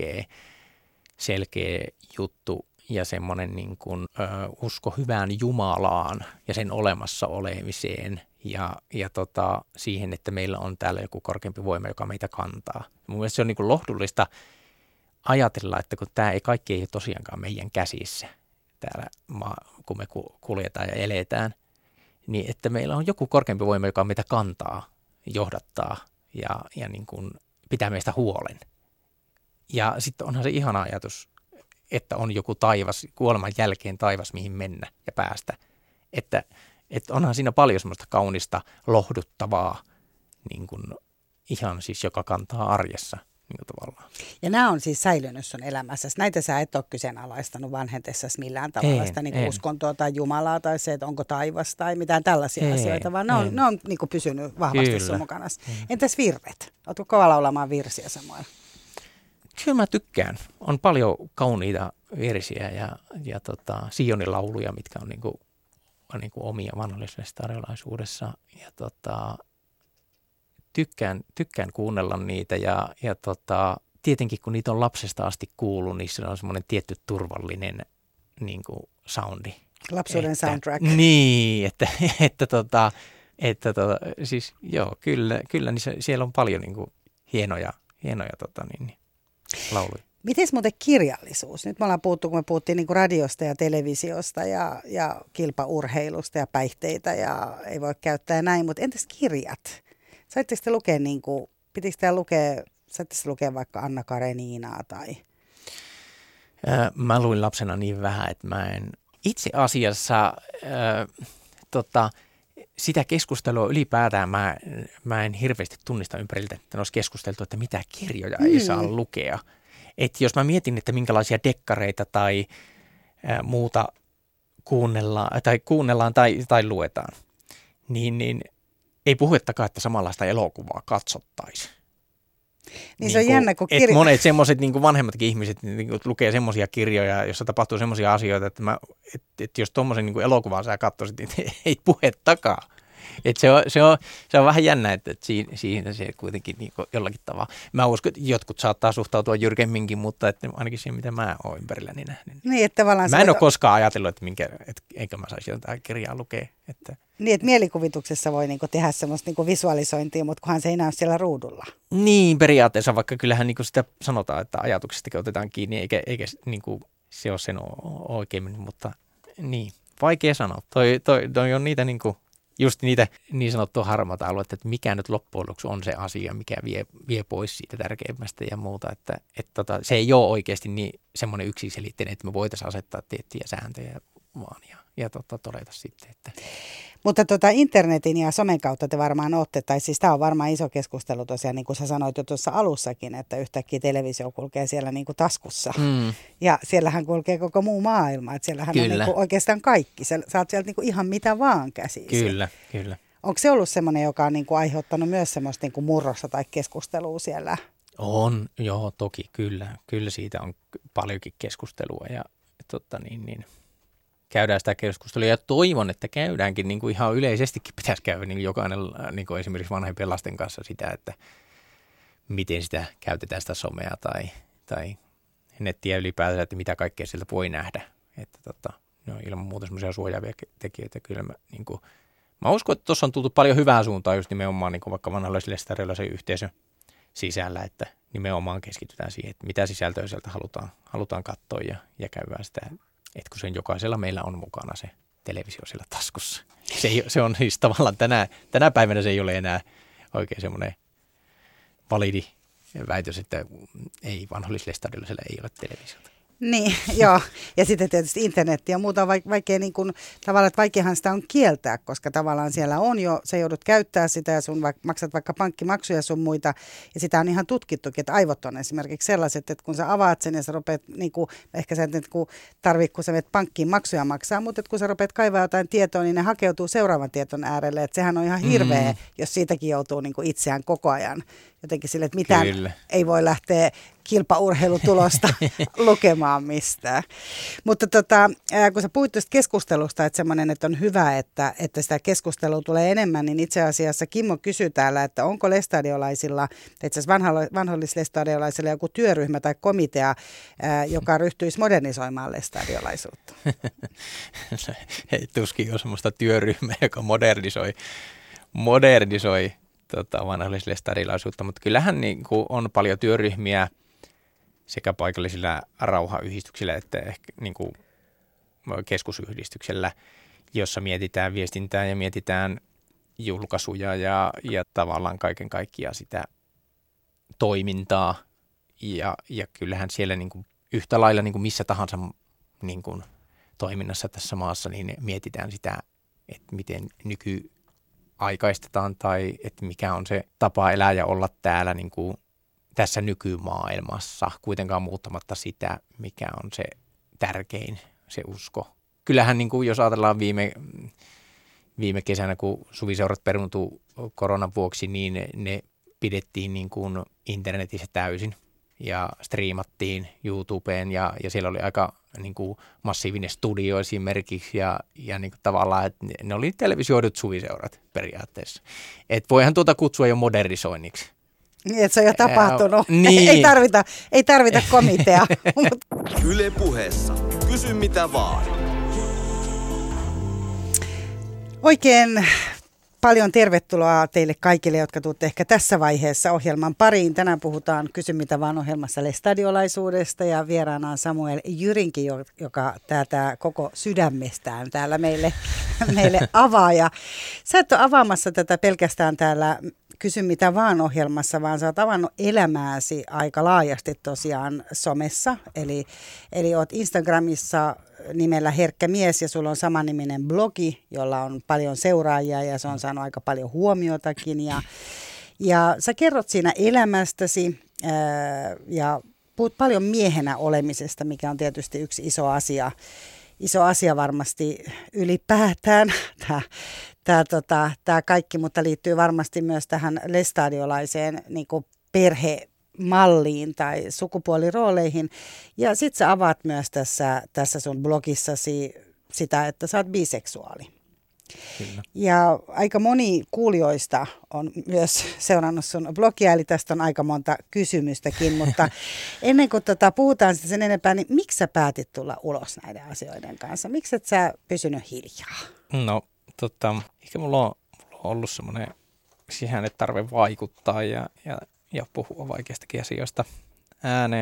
selkeä juttu ja semmoinen niin kuin, usko hyvään Jumalaan ja sen olemassa olemiseen ja siihen, että meillä on täällä joku korkeampi voima, joka meitä kantaa. Mun mielestä se on niin kuin lohdullista ajatella, että kun tämä kaikki ei ole tosiaankaan meidän käsissä täällä, kun me kuljetaan ja eletään, niin että meillä on joku korkeampi voima, joka meitä kantaa, johdattaa ja niin kuin pitää meistä huolen. Ja sitten onhan se ihana ajatus, että on joku taivas, kuoleman jälkeen taivas, mihin mennä ja päästä. Että onhan siinä paljon semmoista kaunista, lohduttavaa, niin kuin ihan siis joka kantaa arjessa niin kuin tavallaan. Ja nämä on siis säilynyt sun elämässäsi. Näitä sä et ole kyseenalaistanut vanhentessasi millään tavalla sitä niin uskontoa tai Jumalaa tai se, että onko taivas tai mitään tällaisia asioita, vaan ne on niin kuin pysynyt vahvasti sun mukana. Entäs virret? Ootko kova laulamaan virsiä, Samuel? Kyllä mä tykkään. On paljon kauniita virsiä ja Sionin lauluja, mitkä on niinku omia vanhollislestadiolaisuudessa. Ja tykkään kuunnella niitä ja tietenkin kun niitä on lapsesta asti kuullut, niin se on semmoinen tietty turvallinen niinku soundi. Lapsuuden soundtrack. Niin, siis joo, kyllä niin siellä on paljon niinku hienoja lauluja. Miten muuten kirjallisuus? Nyt me ollaan puhuttu, kun me puhuttiin niin kuin radiosta ja televisiosta ja kilpaurheilusta ja päihteitä ja ei voi käyttää näin, mutta entäs kirjat? Saitteko te lukea, pitikö te lukea vaikka Anna Kareniniaa tai? Mä luin lapsena niin vähän, että mä en itse asiassa sitä keskustelua ylipäätään mä en hirveästi tunnista ympäriltä, että olisi keskusteltu, että mitä kirjoja ei saa lukea. Että jos mä mietin, että minkälaisia dekkareita tai muuta kuunnellaan tai luetaan, niin ei puhettakaan, että samanlaista elokuvaa katsottaisiin. Niin se on jännä, kun monet semmoiset niin vanhemmatkin ihmiset niin lukee semmoisia kirjoja, joissa tapahtuu semmoisia asioita, että jos tuommoisen niin elokuvaa sä katsoisit, niin ei puhettakaan. Että se on vähän jännä, että siinä se kuitenkin niin jollakin tavalla. Mä uskon, että jotkut saattaa suhtautua jyrkemminkin, mutta että ainakin siihen, mitä mä oon ympärilläni nähnyt. Niin, että tavallaan mä en ole koskaan ajatellut, että eikö mä saisi jotain kirjaa lukea. Niin, että mielikuvituksessa voi niinku tehdä semmoista niinku visualisointia, mutta kunhan se ei näy siellä ruudulla. Niin, periaatteessa, vaikka kyllähän niinku sitä sanotaan, että ajatuksestakin otetaan kiinni, eikä niinku se on sen oikein, mutta niin, vaikea sanoa. Toi on niitä niinku, just niitä niin sanottua harmaata aluetta, että mikä nyt loppujen lopuksi on se asia, mikä vie pois siitä tärkeimmästä ja muuta. Että se ei ole oikeasti niin semmoinen yksiselitteinen, että me voitaisiin asettaa tiettyjä sääntöjä vaan ja todeta sitten, että... Mutta internetin ja somen kautta te varmaan olette, tai siis tämä on varmaan iso keskustelu tosiaan, niin kuin sä sanoit jo tuossa alussakin, että yhtäkkiä televisio kulkee siellä niin kuin taskussa. Ja siellähän kulkee koko muu maailma, että siellähän Kyllä. on niin kuin oikeastaan kaikki. Saat sieltä niin kuin ihan mitä vaan käsiin. Kyllä. Onko se ollut semmoinen, joka on niin kuin aiheuttanut myös semmoista niin kuin murrosta tai keskustelua siellä? On, joo, toki, kyllä. Kyllä siitä on paljonkin keskustelua ja käydään sitä keskustelua ja toivon, että käydäänkin niin kuin ihan yleisestikin pitäisi käydä niin jokainen niin kuin esimerkiksi vanhempien lasten kanssa sitä, että miten sitä käytetään sitä somea tai nettiä ylipäätään, että mitä kaikkea sieltä voi nähdä. Että ne on ilman muuta semmoisia suojaavia tekijöitä. Kyllä mä uskon, että tuossa on tultu paljon hyvää suuntaan just nimenomaan niin kuin vaikka vanhalaisille stariolaisen yhteisön sisällä, että nimenomaan keskitytään siihen, että mitä sisältöä sieltä halutaan katsoa ja käydään sitä. Että kun sen jokaisella meillä on mukana se televisio siellä taskussa. Se on siis tavallaan tänä päivänä se ei ole enää oikein semmoinen validi väitös, että ei vanholliselle stadiolaiselle ei ole televisiota. Niin, joo. Ja sitten tietysti internet ja muuta on vaikea niin kuin, tavallaan, että vaikeahan sitä on kieltää, koska tavallaan siellä on jo, sä joudut käyttää sitä ja sun maksat vaikka pankkimaksuja sun muita. Ja sitä on ihan tutkittukin, että aivot on esimerkiksi sellaiset, että kun sä avaat sen ja sä rupeat, niin kuin, ehkä sä et tarvitse, kun sä menet pankkiin maksuja maksaa, mutta kun sä rupeat kaivaa jotain tietoa, niin ne hakeutuu seuraavan tieton äärelle. Että sehän on ihan hirveä, jos siitäkin joutuu niin kuin itseään koko ajan jotenkin sille, että mitään Kyllä. ei voi lähteä kilpaurheilutulosta lukemaan mistään. Mutta kun sä puhuit tuosta keskustelusta, että semmoinen, että on hyvä, että sitä keskustelua tulee enemmän, niin itse asiassa Kimmo kysyy täällä, että onko lestadiolaisilla, itse asiassa vanhollislestadiolaisilla joku työryhmä tai komitea, joka ryhtyisi modernisoimaan lestadiolaisuutta? Ei tuskin ole semmoista työryhmää, joka modernisoi vanhollislestadiolaisuutta, mutta kyllähän niin kuin on paljon työryhmiä sekä paikallisilla rauhayhdistyksillä että ehkä niin kuin keskusyhdistyksellä, jossa mietitään viestintää ja mietitään julkaisuja ja tavallaan kaiken kaikkiaan sitä toimintaa. Ja kyllähän siellä niin kuin yhtä lailla niin kuin missä tahansa niin kuin toiminnassa tässä maassa niin mietitään sitä, että miten nykyaikaistetaan tai että mikä on se tapa elää ja olla täällä niin kuin tässä nykymaailmassa, kuitenkaan muuttamatta sitä, mikä on se tärkein, se usko. Kyllähän niin kuin jos ajatellaan viime kesänä, kun suviseurat peruuntui koronan vuoksi, niin ne pidettiin niin kuin internetissä täysin ja striimattiin YouTubeen ja siellä oli aika niin kuin massiivinen studio esimerkiksi ja niin kuin tavallaan, että ne oli televisioidut suviseurat periaatteessa. Että voihan kutsua jo modernisoinniksi. Niin, että se on jo tapahtunut. Niin. Ei tarvita komitea. Yle Puheessa. Kysy mitä vaan. Oikein paljon tervetuloa teille kaikille, jotka tuutte ehkä tässä vaiheessa ohjelman pariin. Tänään puhutaan Kysy mitä vaan -ohjelmassa lestadiolaisuudesta ja vieraana on Samuel Jyrinki, joka tätä koko sydämestään täällä meille avaa. Ja sä et ole avaamassa tätä pelkästään täällä Kysy mitä vaan -ohjelmassa, vaan sä oot avannut elämääsi aika laajasti tosiaan somessa. Eli oot Instagramissa nimellä Herkkä mies ja sulla on samaniminen blogi, jolla on paljon seuraajia ja se on saanut aika paljon huomiotakin. Ja sä kerrot siinä elämästäsi ja puhut paljon miehenä olemisesta, mikä on tietysti yksi iso asia varmasti ylipäätään. Tämä kaikki, mutta liittyy varmasti myös tähän lestadiolaiseen niin kuin perhemalliin tai sukupuolirooleihin. Ja sitten sä avaat myös tässä sun blogissasi sitä, että sä oot biseksuaali. Kyllä. Ja aika moni kuulijoista on myös seurannut sun blogia, eli tästä on aika monta kysymystäkin, mutta ennen kuin puhutaan sitä sen enempää, niin miksi sä päätit tulla ulos näiden asioiden kanssa? Miksi et sä pysynyt hiljaa? No, ehkä mulla on ollut semmoinen sisäinen tarve vaikuttaa ja puhua vaikeistakin asioista ääneen.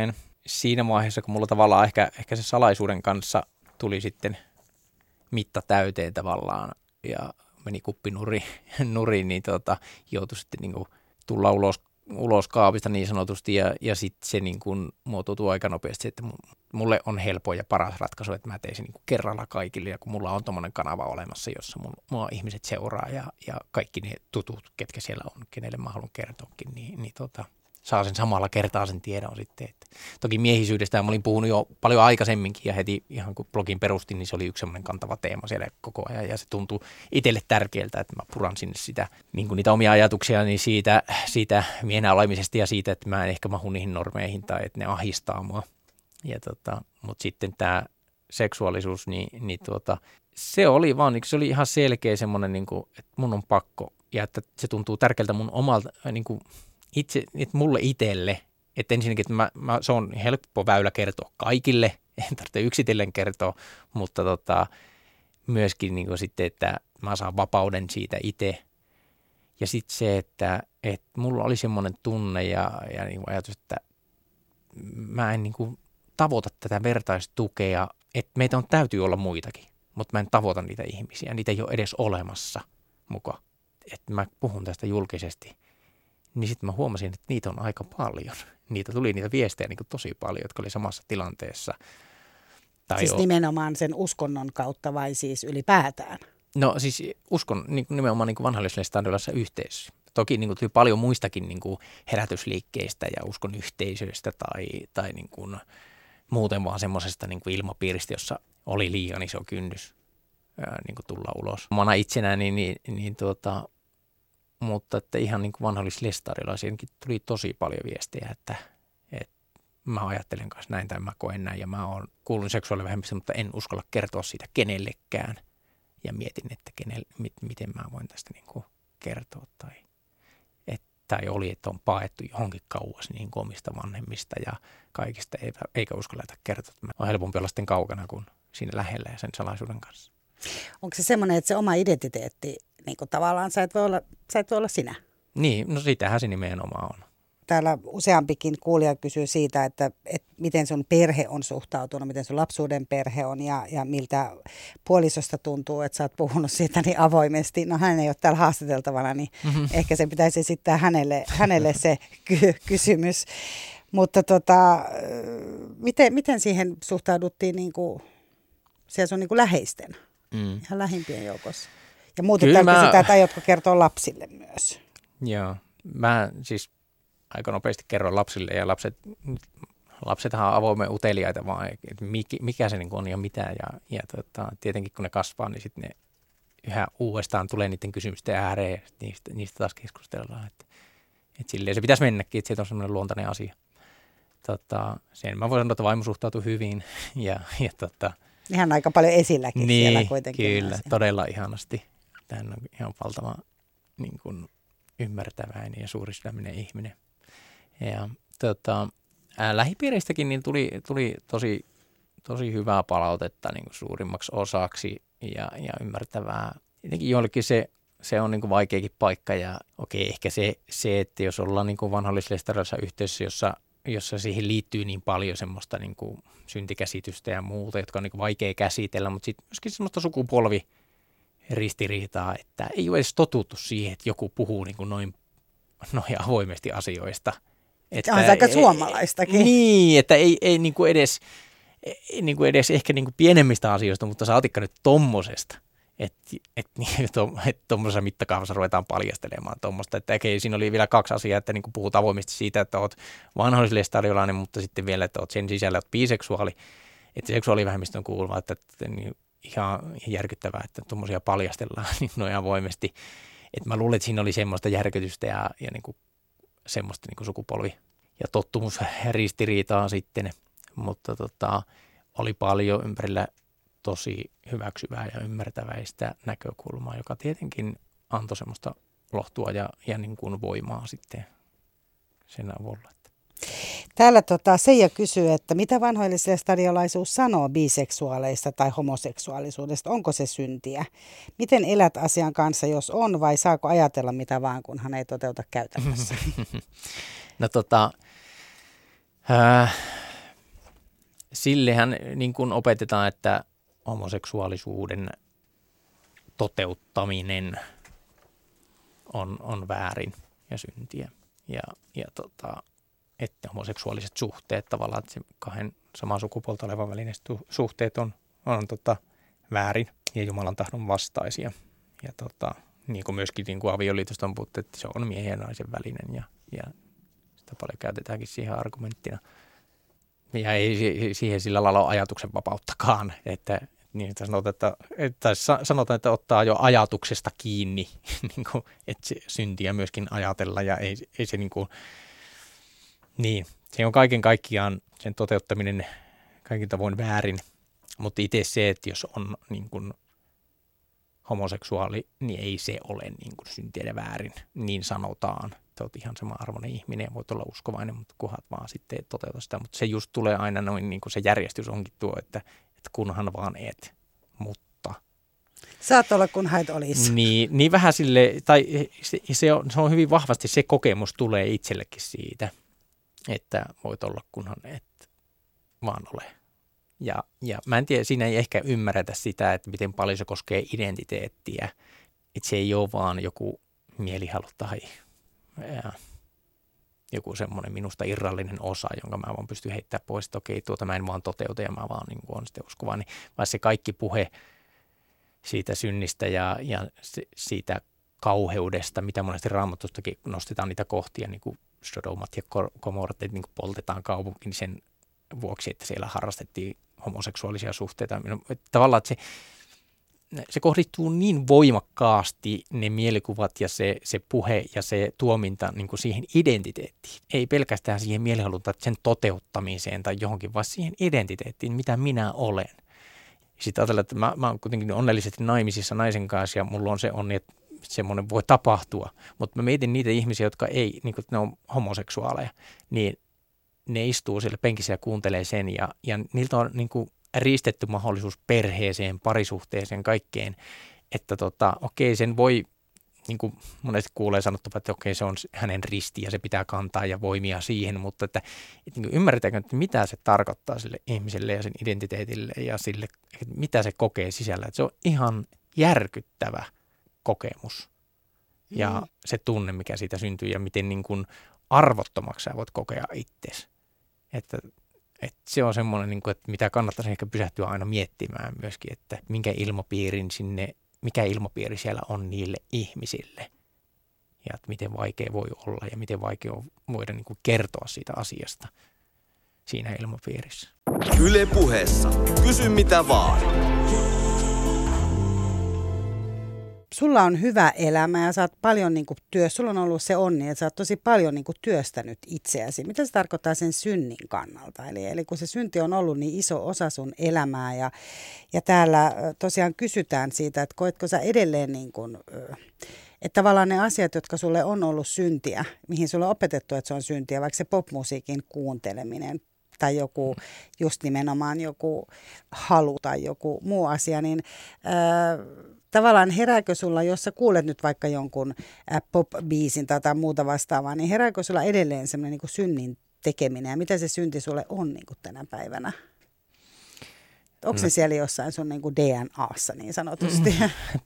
siinä vaiheessa, kun mulla tavallaan ehkä se salaisuuden kanssa tuli sitten mitta täyteen tavallaan ja meni kuppi nuriin, niin joutui sitten niin kuin tulla ulos kaapista niin sanotusti ja sitten se niin kuin muotoutui aika nopeasti, että mulle on helpoin ja paras ratkaisu, että mä tein sen niin kuin kerralla kaikille ja kun mulla on tommoinen kanava olemassa, jossa mua ihmiset seuraa ja kaikki ne tutut, ketkä siellä on, kenelle mä haluan kertoakin, niin saa sen samalla kertaa sen tiedon sitten. Että toki miehisyydestä mä olin puhunut jo paljon aikaisemminkin ja heti ihan kun blogin perustin, niin se oli yksi semmoinen kantava teema siellä koko ajan ja se tuntui itselle tärkeältä, että mä puran sinne sitä, niin kuin niitä omia ajatuksia niin siitä miehenä olemisesta ja siitä, että mä en ehkä mahu niihin normeihin tai että ne ahistaa mua. Mutta sitten tämä seksuaalisuus, se oli vaan, se oli ihan selkeä semmoinen, niin kuin, että mun on pakko ja että se tuntuu tärkeältä mun omalta, niin kuin, että mulle itselle, että ensinnäkin, että se on helppo väylä kertoa kaikille, en tarvitse yksitellen kertoa, mutta myöskin niin kuin sitten, että mä saan vapauden siitä itse. Ja sitten se, että mulla oli semmoinen tunne ja niin kuin ajatus, että mä en niin kuin tavoita tätä vertaistukea, että meitä täytyy olla muitakin, mutta mä en tavoita niitä ihmisiä, niitä ei ole edes olemassa mukaan. Että mä puhun tästä julkisesti. Niin sitten mä huomasin, että niitä on aika paljon. Tuli niitä viestejä niin kuin tosi paljon, jotka oli samassa tilanteessa. Siis nimenomaan sen uskonnon kautta vai siis ylipäätään? No siis uskon nimenomaan niin kuin vanhalliselle stadionissa yhteisössä. Toki niin kuin tuli paljon muistakin niin kuin herätysliikkeistä ja uskon yhteisöistä tai niin kuin muuten vaan semmoisesta niin kuin ilmapiiristä, jossa oli liian iso kynnys niin kuin tulla ulos. Omana itsenään mutta että ihan niin kuin vanhallislestarilla siihenkin tuli tosi paljon viestejä, että mä ajattelen kanssa näin tai mä koen näin ja mä oon kuulun seksuaalivähemmistöön, mutta en uskalla kertoa siitä kenellekään. Ja mietin, että miten mä voin tästä niin kuin kertoa tai oli, että on paettu johonkin kauas niin kuin omista vanhemmista ja kaikista eikä uskalleta kertoa. On helpompi olla sitten kaukana kuin siinä lähellä ja sen salaisuuden kanssa. Onko se semmoinen, että se oma identiteetti niin kuin tavallaan sä et voi olla sinä? Niin, no sitähän se nimenomaan on. Täällä useampikin kuulija kysyy siitä, että miten sun perhe on suhtautunut, miten sun lapsuuden perhe on ja miltä puolisosta tuntuu, että sä oot puhunut siitä niin avoimesti. No hän ei ole täällä haastateltavana, niin ehkä se pitäisi esittää hänelle se kysymys. Mutta miten siihen suhtauduttiin niin kuin siellä sun niin kuin läheisten, ihan lähimpien joukossa? Ja muuten täällä kysytään, että aiotko kertoa lapsille myös? Joo, mä siis aika nopeasti kerron lapsille ja lapsethan on avoimen uteliaita vaan, että mikä se niin on ja mitä. Ja tietenkin kun ne kasvaa, niin sitten ne yhä uudestaan tulee niiden kysymysten ääreen ja niistä taas keskustellaan. Että silleen se pitäisi mennäkin, että se on semmoinen luontainen asia. Sen mä voin sanoa, että vaimo suhtautuu hyvin. Ihan aika paljon esilläkin niin, siellä kuitenkin. Kyllä, todella ihanasti. Hän on ihan valtava niin kuin ymmärtäväinen ja suurisydäminen ihminen. Ja lähipiiristäkin niin tuli tosi hyvää palautetta niin kuin suurimmaksi osaksi ja ymmärtävää. Tietenkin joillekin se on niin kuin vaikeakin paikka ja okei, ehkä se, että jos ollaan niin kuin vanhallislestarillisessa yhteisössä, jossa siihen liittyy niin paljon semmoista niin kuin syntikäsitystä ja muuta, jotka on niin kuin vaikea käsitellä, mutta sitten myöskin semmoista sukupolviristiriitaa, että ei ole edes totuttu siihen, että joku puhuu niin kuin noin avoimesti asioista. Että on aika suomalaistakin. Niin, että ei niin kuin edes ehkä niin kuin pienemmistä asioista, mutta saatikka nyt tommosesta. Että tuommoisessa mittakaavassa ruvetaan paljastelemaan tuommoista. Että siinä oli vielä kaksi asiaa, että niin kuin puhut avoimesti siitä, että olet vanhallislestariolainen, mutta sitten vielä, että olet sen sisällä olet biseksuaali. Että seksuaalivähemmistöön kuuluva, että niin ihan järkyttävää, että tuommoisia paljastellaan niin noin avoimesti. Että mä luulen, että siinä oli semmoista järkytystä ja niin kuin semmoista niin kuin sukupolvi- ja tottumusristiriitaa sitten. Mutta oli paljon ympärillä tosi hyväksyvää ja ymmärtäväistä näkökulmaa, joka tietenkin antoi semmoista lohtua ja niin kuin voimaa sitten sen avulla. Täällä Seija kysyy, että mitä vanhoillislestadiolaisuus sanoo biseksuaaleista tai homoseksuaalisuudesta? Onko se syntiä? Miten elät asian kanssa, jos on, vai saako ajatella mitä vaan, kunhan ei toteuta käytännössä? No sillehän niin kuin opetetaan, että homoseksuaalisuuden toteuttaminen on väärin ja syntiä. Ja että homoseksuaaliset suhteet tavallaan, että se kahden samaa sukupuolta olevan väliset suhteet on väärin ja Jumalan tahdon vastaisia. Ja niin kuin myöskin niin kuin avioliitosta on puhuttu, että se on miehen ja naisen välinen ja sitä paljon käytetäänkin siihen argumenttina. Ja ei siihen sillä lailla ole ajatuksen vapauttakaan, että niin, että sanotaan, että ottaa jo ajatuksesta kiinni, niin kuin, että se syntiä myöskin ajatella ja ei se niin, se on kaiken kaikkiaan sen toteuttaminen kaikin tavoin väärin, mutta itse se, että jos on niin kuin homoseksuaali, niin ei se ole niin kuin syntiä ja väärin, niin sanotaan. Sä oot ihan sama arvoinen ihminen ja voit olla uskovainen, mutta kunhan vaan sitten ei toteuta sitä. Mutta se just tulee aina noin, niin kuin se järjestys onkin tuo, että kunhan vaan et, mutta. Saat olla kunhan et olisi. Niin vähän sille, tai se on hyvin vahvasti se kokemus tulee itsellekin siitä, että voit olla kunhan et vaan ole. Ja mä en tiedä, siinä ei ehkä ymmärretä sitä, että miten paljon se koskee identiteettiä. Että se ei ole vaan joku mielihalu tai joku semmoinen minusta irrallinen osa, jonka mä vaan pystyn heittämään pois, että okei, mä en vaan toteuta ja mä vaan niin on sitten uskovainen. Vaan se kaikki puhe siitä synnistä ja siitä kauheudesta, mitä monesti Raamatustakin nostetaan niitä kohtia, niin kuin Sodomat ja Gomorat, että niin kuin poltetaan kaupunki sen vuoksi, että siellä harrastettiin homoseksuaalisia suhteita. Tavallaan, että se kohdistuu niin voimakkaasti ne mielikuvat ja se puhe ja se tuominta niin kuin siihen identiteettiin. Ei pelkästään siihen mielihalun tai sen toteuttamiseen tai johonkin, vaan siihen identiteettiin, mitä minä olen. Sitten ajatellaan, että mä oon kuitenkin onnellisesti naimisissa naisen kanssa ja mulla on se onni, että semmoinen voi tapahtua. Mutta mä mietin niitä ihmisiä, jotka ei, niin kuin ne on homoseksuaaleja, niin ne istuu siellä penkissä ja kuuntelee sen ja niiltä on niin kuin riistetty mahdollisuus perheeseen, parisuhteeseen, kaikkeen, että okei, sen voi, niin kuin monesti kuulee sanottava, että okei, se on hänen risti ja se pitää kantaa ja voimia siihen, mutta että niin ymmärretäänkö, että mitä se tarkoittaa sille ihmiselle ja sen identiteetille ja sille, että mitä se kokee sisällä, että se on ihan järkyttävä kokemus ja se tunne, mikä siitä syntyy ja miten niin kuin arvottomaksi sä voit kokea itsesi. Että se on semmoinen, niin kuin, että mitä kannattaisi ehkä pysähtyä aina miettimään myöskin, että mikä ilmapiiri siellä on niille ihmisille. Ja että miten vaikea voi olla ja miten vaikea voida niin kuin kertoa siitä asiasta siinä ilmapiirissä. Yle Puheessa. Kysy mitä vaan. Sulla on hyvä elämä ja sä oot paljon niin kuin sulla on ollut se onni, että sä oot tosi paljon niin kuin työstänyt itseäsi. Mitä se tarkoittaa sen synnin kannalta? Eli kun se synti on ollut niin iso osa sun elämää ja täällä tosiaan kysytään siitä, että koetko sä edelleen niin kuin, että tavallaan ne asiat, jotka sulle on ollut syntiä, mihin sulle on opetettu, että se on syntiä, vaikka se popmusiikin kuunteleminen tai joku just nimenomaan joku halu tai joku muu asia, niin tavallaan herääkö sulla, jos sä kuulet nyt vaikka jonkun pop-biisin tai muuta vastaavaa, niin herääkö sulla edelleen semmoinen niin kuin synnin tekeminen ja mitä se synti sulle on niin kuin tänä päivänä? Onko se siellä jossain sun niin kuin DNAssa niin sanotusti?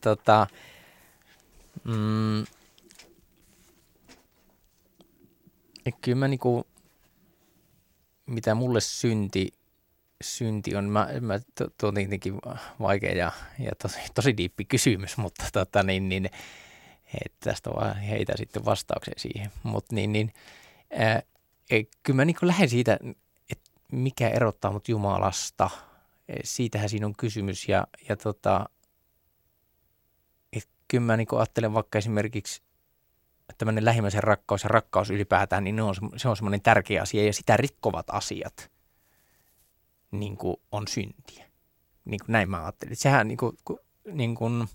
Kyllä mä niinku, mitä mulle synti on, tuo on tietenkin vaikea ja tosi diippi kysymys, mutta että tästä vaan heitä sitten vastauksen siihen. Mutta kyllä mä niin lähden siitä, että mikä erottaa mut Jumalasta. Siitähän siinä on kysymys ja kyllä mä niin ajattelen vaikka esimerkiksi tämmöinen lähimmäisen rakkaus ja rakkaus ylipäätään, niin se on semmoinen tärkeä asia ja sitä rikkovat asiat niin kuin on syntiä. Niin kuin näin mä ajattelin. Sehän niin kuin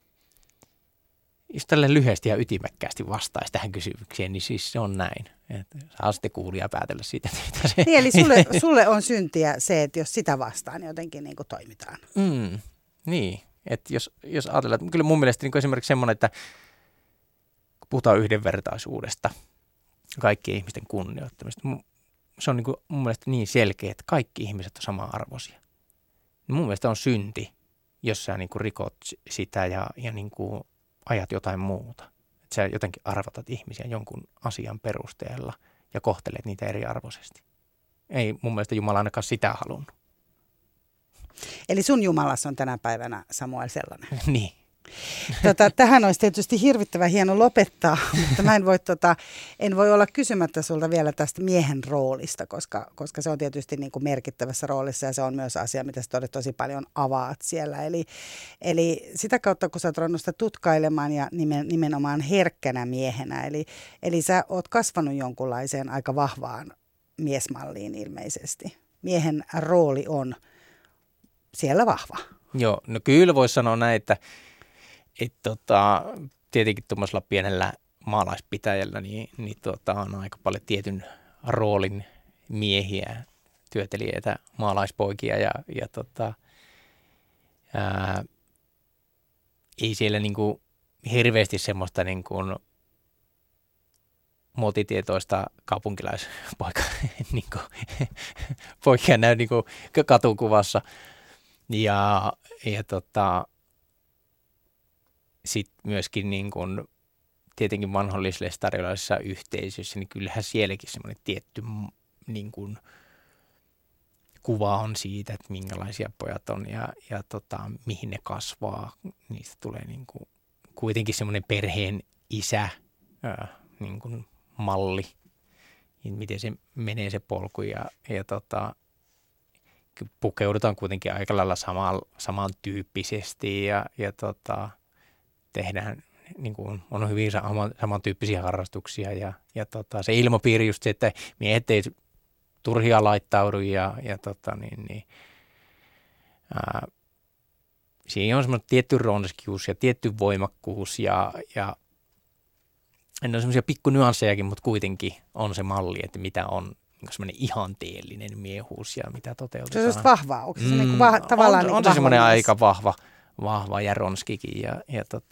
jos tälleen lyhyesti ja ytimekkäästi vastaisi tähän kysymykseen, niin siis se on näin. Että saa sitten kuulijaa päätellä siitä, mitä se. Niin, eli sulle on syntiä se, että jos sitä vastaan jotenkin niin kuin toimitaan. Niin, että jos ajatellaan, että kyllä mun mielestä niin kuin esimerkiksi semmoinen, että kun puhutaan yhdenvertaisuudesta, kaikkien ihmisten kunnioittamista, se on niin kuin mun mielestä niin selkeä, että kaikki ihmiset on sama-arvoisia. Mun mielestä on synti, jos sä niin kuin rikot sitä ja niin kuin ajat jotain muuta. Että sä jotenkin arvotat ihmisiä jonkun asian perusteella ja kohtelet niitä eriarvoisesti. Ei mun mielestä Jumala ainakaan sitä halunnut. Eli sun Jumalas on tänä päivänä Samuel sellainen. Niin. Tähän olisi tietysti hirvittävän hieno lopettaa, mutta mä en voi olla kysymättä sulta vielä tästä miehen roolista, koska se on tietysti niin kuin merkittävässä roolissa ja se on myös asia, mitä sä tosi paljon avaat siellä. Eli sitä kautta, kun sä oot ruvennut sitä tutkailemaan ja nimenomaan herkkänä miehenä, eli sä oot kasvanut jonkunlaiseen aika vahvaan miesmalliin ilmeisesti. Miehen rooli on siellä vahva. Joo, no kyllä voisi sanoa näin, että tietenkin tuommoisella pienellä maalaispitäjällä niin on aika paljon tietyn roolin miehiä, työtelijöitä, maalaispoikia ja ei siellä niinku hirveästi semmoista niinku muotitietoista kaupunkilaispoikaa niinku poikia näy niinku katukuvassa ja sitten myöskin niin kun, tietenkin vanhollislestariolaisissa yhteisöissä, niin kyllähän sielläkin semmoinen tietty niin kun, kuva on siitä, että minkälaisia pojat on ja mihin ne kasvaa. Niistä tulee niin kun, kuitenkin semmoinen perheen isä niin kun, malli, miten se menee se polku ja pukeudutaan kuitenkin aika lailla samantyyppisesti ja tehdään, niin kuin on hyvin samantyyppisiä harrastuksia ja se ilmapiiri just se, että miehet ei turhia laittaudu siinä on semmoinen tietty ronskius ja tietty voimakkuus ja ne on semmoisia pikku nyanssejakin, mutta kuitenkin on se malli, että mitä on semmoinen ihanteellinen miehuus ja mitä toteutetaan. Se on vahvaa, onko se niin kuin tavallaan on se semmoinen aika vahva ja ronskikin ja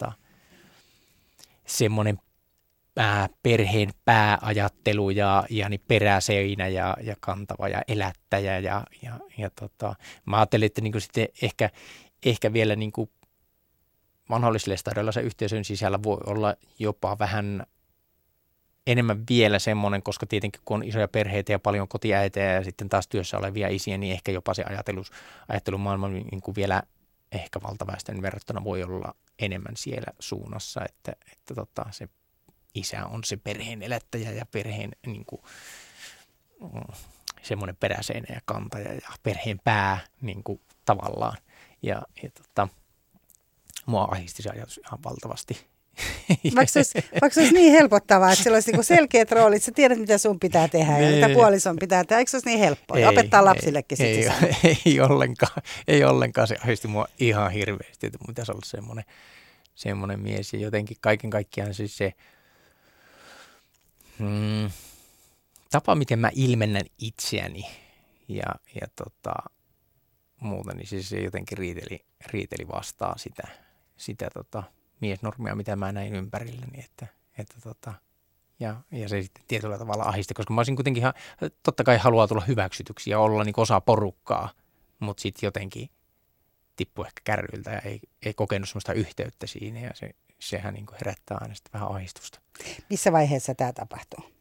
semmoinen perheen pääajattelu ja niin peräseinä ja kantava ja elättäjä ja mä ajattelin, että niin kuin sitten ehkä vielä niin kuin vanhollislestariolaisen yhteisön sisällä voi olla jopa vähän enemmän vielä semmoinen, koska tietenkin kun on isoja perheitä ja paljon kotiäitejä ja sitten taas työssä olevia isiä, niin ehkä jopa se ajattelumaailma niin kuin vielä ehkä valtaväestön verrattuna voi olla enemmän siellä suunnassa, että se isä on se perheen elättäjä ja perheen niin kuin, semmoinen peräseinä ja kantaja ja perheen pää niin kuin, tavallaan. Ja mua ahisti se ajatus ihan valtavasti. Vaikka se olisi niin helpottavaa, että sillä olisi niin selkeät roolit, sä tiedät mitä sun pitää tehdä ja mitä puolison pitää tehdä, eikö se olisi niin helppoa? Ja opettaa lapsillekin sitten ei ollenkaan, se ahisti mua ihan hirveästi, että mun pitäisi olla semmoinen mies ja jotenkin kaiken kaikkiaan siis se tapa, miten mä ilmennän itseäni ja muuta, niin siis se jotenkin riiteli vastaan sitä miesnormia, mitä mä näin ympärilläni, ja se sitten tietyllä tavalla ahisti, koska mä olisin kuitenkin totta kai haluaa tulla hyväksytyksi ja olla niin osa porukkaa, mutta sitten jotenkin tippui ehkä kärryiltä ja ei kokenut semmoista yhteyttä siinä ja sehän niin herättää aina sitten vähän ahdistusta. Missä vaiheessa tämä tapahtuu?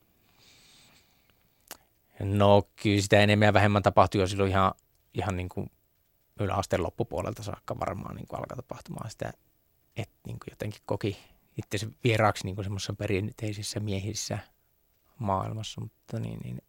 No kyllä sitä enemmän ja vähemmän tapahtui jo silloin ihan niin kuin yläasteen loppupuolelta saakka varmaan niin kuin alkaa tapahtumaan sitä, että niin kuin jotenkin koki itse vieraaksi niin kuin semmoisessa perinteisissä miehissä maailmassa, mutta niin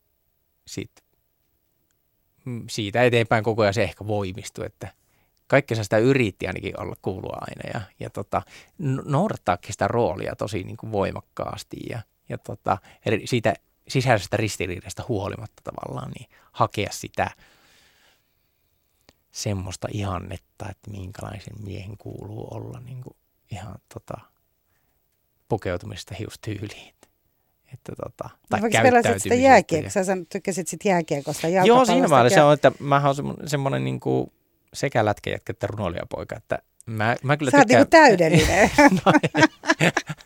siitä eteenpäin koko ajan se ehkä voimistui, että kaikkensa sitä yritti ainakin olla kuulua aina ja noudattaakin sitä roolia tosi niin kuin voimakkaasti ja siitä sisäisestä ristiriidasta huolimatta tavallaan niin hakea sitä semmoista ihannetta, että minkälaisen miehen kuuluu olla niin kuin ihan pukeutumista hiustyyliin. Tai käyttäytymisestä. Sitä jääkiekkoa? Sä tykkäsit sitten jääkiekosta, Joo, jalkapallosta. siinä mielessä se on, että mä oon semmoinen niin kuin sekä lätkäjätkä että runoilijapoika, että mä kyllä tykkään. Sä oot niin täydellinen.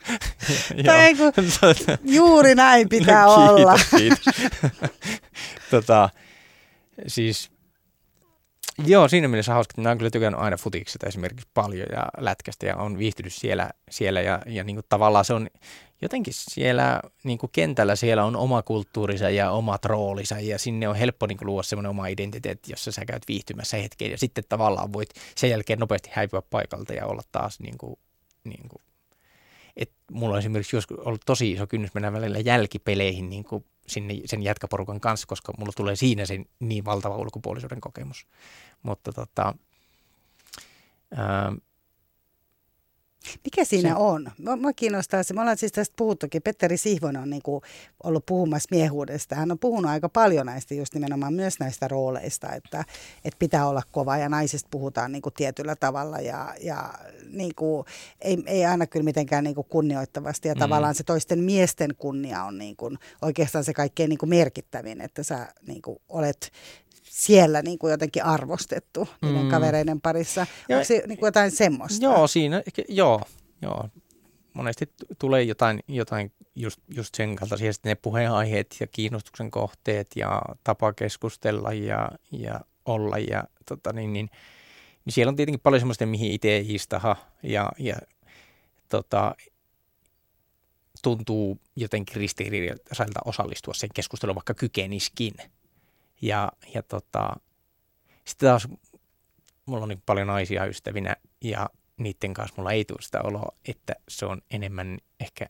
Juuri näin pitää olla. Kiitos. Siis joo, siinä mielessä hauska, että mä oon kyllä tykännyt aina futiksesta esimerkiksi paljon ja lätkästä ja on viihtynyt siellä ja niin kuin tavallaan se on jotenkin siellä niin kuin kentällä siellä on oma kulttuurinsa ja omat roolinsa ja sinne on helppo niin kuin luoda semmoinen oma identiteetti, jossa sä käyt viihtymässä hetken ja sitten tavallaan voit sen jälkeen nopeasti häipyä paikalta ja olla taas niin kuin että mulla on esimerkiksi joskus ollut tosi iso kynnys mennä välillä jälkipeleihin niin kuin sinne sen jätkäporukan kanssa, koska mulla tulee siinä se niin valtava ulkopuolisuuden kokemus. Mutta mikä siinä on? Mä kiinnostaa se. Me ollaan siis tästä puhuttukin. Petteri Sihvonen on niin kuin ollut puhumassa miehuudesta. Hän on puhunut aika paljon näistä, just nimenomaan myös näistä rooleista, että pitää olla kova ja naisista puhutaan niin kuin tietyllä tavalla ja niin kuin, ei aina kyllä mitenkään niin kuin kunnioittavasti. Ja tavallaan se toisten miesten kunnia on niin kuin oikeastaan se kaikkein niin kuin merkittävin, että sä niin kuin olet siellä niin kuin jotenkin arvostettu niiden kavereiden parissa. Onko se niin kuin jotain semmoista? Joo, siinä, joo. Monesti tulee jotain just sen kaltaisia sitten ne puheenaiheet ja kiinnostuksen kohteet ja tapa keskustella ja olla ja niin siellä on tietenkin paljon semmoista, mihin itse ei istaha ja tuntuu jotenkin ristiriidaiselta osallistua sen keskusteluun, vaikka kykeniskin. Ja sitten taas mulla on niin paljon naisia ystävinä ja niiden kanssa mulla ei tule sitä oloa, että se on enemmän ehkä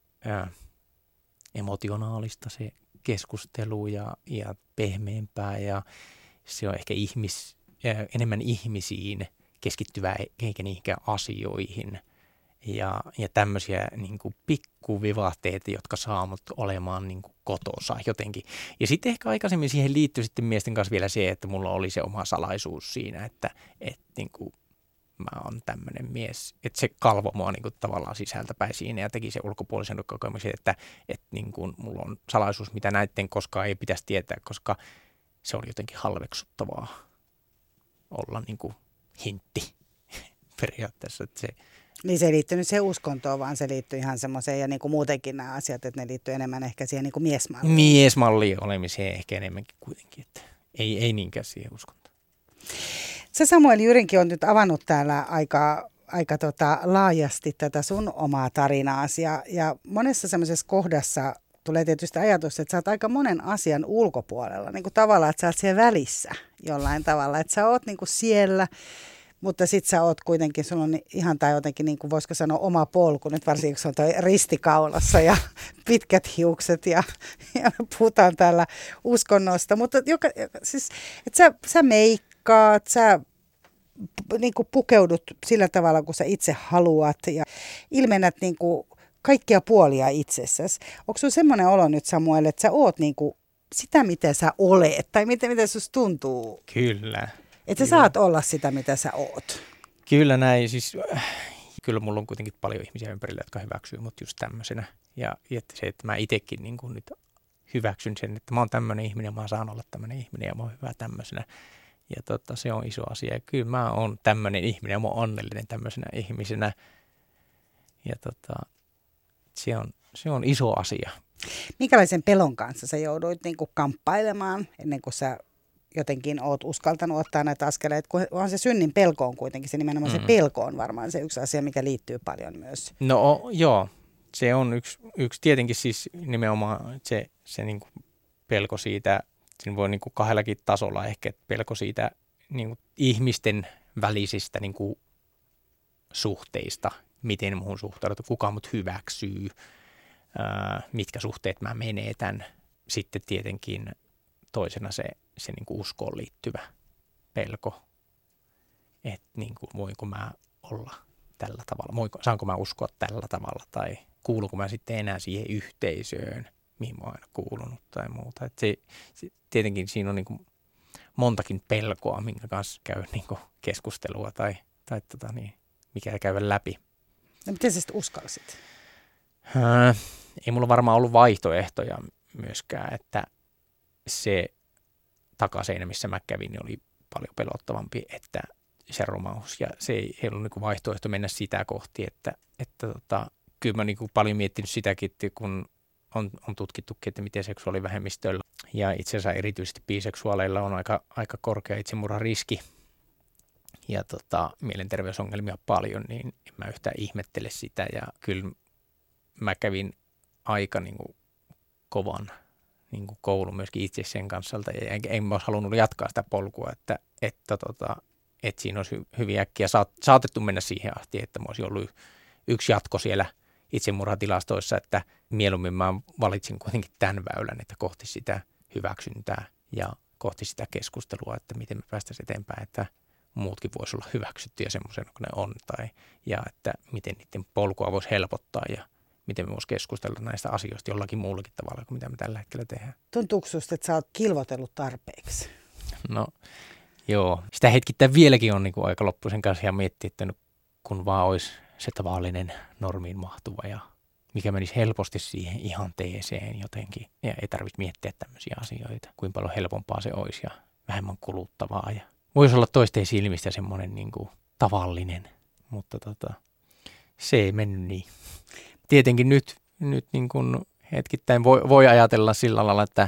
emotionaalista se keskustelu ja pehmeämpää ja se on ehkä enemmän ihmisiin keskittyvää eikä niinkään asioihin. Ja tämmöisiä niin kuin pikkuvivahteita, jotka saa mut olemaan niin kuin kotosa jotenkin. Ja sitten ehkä aikaisemmin siihen liittyy sitten miesten kanssa vielä se, että mulla oli se oma salaisuus siinä, että niin kuin mä oon tämmöinen mies. Että se kalvoi mua niin kuin tavallaan sisältäpäin siinä ja teki se ulkopuolisen kokemuksen, että niin kuin mulla on salaisuus, mitä näitten koskaan ei pitäisi tietää, koska se on jotenkin halveksuttavaa olla niin kuin hintti periaatteessa, että niin se ei liittynyt se uskontoon, vaan se liittyy ihan semmoiseen ja niin kuin muutenkin nämä asiat, että ne liittyy enemmän ehkä siihen niin kuin miesmalliin. Miesmalliin olemiseen ehkä enemmänkin kuitenkin, että ei niinkään siihen uskontoon. Sä Samuel Jyrinki on nyt avannut täällä aika laajasti tätä sun omaa tarinaasi ja monessa semmoisessa kohdassa tulee tietysti ajatus, että sä oot aika monen asian ulkopuolella, niin kuin tavallaan, että sä oot siellä välissä jollain tavalla, että sä oot niin kuin siellä. Mutta sit sä oot kuitenkin, sulla on ihan tai jotenkin, niin kuin voisiko sanoa, oma polku, nyt varsinkin kun se on toi ristikaulassa ja pitkät hiukset ja puhutaan täällä uskonnosta. Mutta siis, että sä meikkaat, sä niin kuin pukeudut sillä tavalla, kun sä itse haluat ja ilmennät niin kuin kaikkia puolia itsessäsi. Onko sulla semmoinen olo nyt, Samuel, että sä oot niin kuin sitä, mitä sä olet tai miten susta tuntuu? Kyllä. Että sä saat olla sitä, mitä sä oot. Kyllä näin. Siis, kyllä mulla on kuitenkin paljon ihmisiä ympärillä, jotka hyväksyy mut just tämmöisenä. Ja että se, että mä itsekin niin kun nyt hyväksyn sen, että mä oon tämmöinen ihminen, mä saan olla tämmöinen ihminen ja mä oon hyvä tämmöisenä. Ja se on iso asia. Ja kyllä mä oon tämmöinen ihminen ja mä oon onnellinen tämmöisenä ihmisenä. Ja se on iso asia. Minkälaisen pelon kanssa sä jouduit niin kuin kamppailemaan ennen kuin sä jotenkin oot uskaltanut ottaa näitä askeleita, kun on se synnin pelko on kuitenkin, se nimenomaan se pelko on varmaan se yksi asia, mikä liittyy paljon myös. No joo, se on yksi tietenkin siis nimenomaan se niin kuin pelko siitä, siinä voi niin kuin kahdellakin tasolla ehkä pelko siitä niin kuin ihmisten välisistä niin kuin suhteista, miten muuhun suhtaudutaan, kuka mut hyväksyy, mitkä suhteet mä menetän. Sitten tietenkin toisena se niin kuin uskoon liittyvä pelko, että niin kuin, voinko mä olla tällä tavalla, saanko mä uskoa tällä tavalla tai kuuluuko mä sitten enää siihen yhteisöön, mihin mä oon aina kuulunut tai muuta. Että se, tietenkin siinä on niin kuin montakin pelkoa, minkä kanssa käy niin kuin keskustelua tai mikä käydä läpi. No miten sä sitten uskalsit? Ei mulla varmaan ollut vaihtoehtoja myöskään, että se takaseinä, missä mä kävin, niin oli paljon pelottavampi, että se romaus. Ja se ei ollut niin kuin vaihtoehto mennä sitä kohti, että kyllä mä niin kuin paljon miettinyt sitäkin, että kun on tutkittukin, että miten seksuaalivähemmistöillä ja itse asiassa erityisesti biseksuaaleilla on aika korkea itsemurhariski ja mielenterveysongelmia paljon, niin en mä yhtään ihmettele sitä. Ja kyllä mä kävin aika niin kuin kovan niin kuin koulun myöskin itse sen kanssa, ja en olisi halunnut jatkaa sitä polkua, että siinä olisi hyvin äkkiä saatettu mennä siihen asti, että mä olisin ollut yksi jatko siellä itsemurhatilastoissa, että mieluummin mä valitsin kuitenkin tämän väylän, että kohti sitä hyväksyntää ja kohti sitä keskustelua, että miten me päästäisiin eteenpäin, että muutkin voisi olla hyväksyttyjä semmoisena kuin ne on, ja että miten niiden polkua voisi helpottaa ja miten me voisi keskustella näistä asioista jollakin muullakin tavalla kuin mitä me tällä hetkellä tehdään. Tuntuuko susta, että sä oot kilvotellut tarpeeksi? No joo, sitä hetkittäin vieläkin on niin kuin aika loppuisen kanssa ja miettiä, että kun vaan olisi se tavallinen normiin mahtuva ja mikä menisi helposti siihen ihanteeseen jotenkin. Ja ei tarvitse miettiä tämmöisiä asioita, kuinka paljon helpompaa se olisi ja vähemmän kuluttavaa. Ja voisi olla toisten silmistä semmoinen niin kuin tavallinen, mutta se ei mennyt niin. Tietenkin nyt niin kuin hetkittäin voi ajatella sillä lailla, että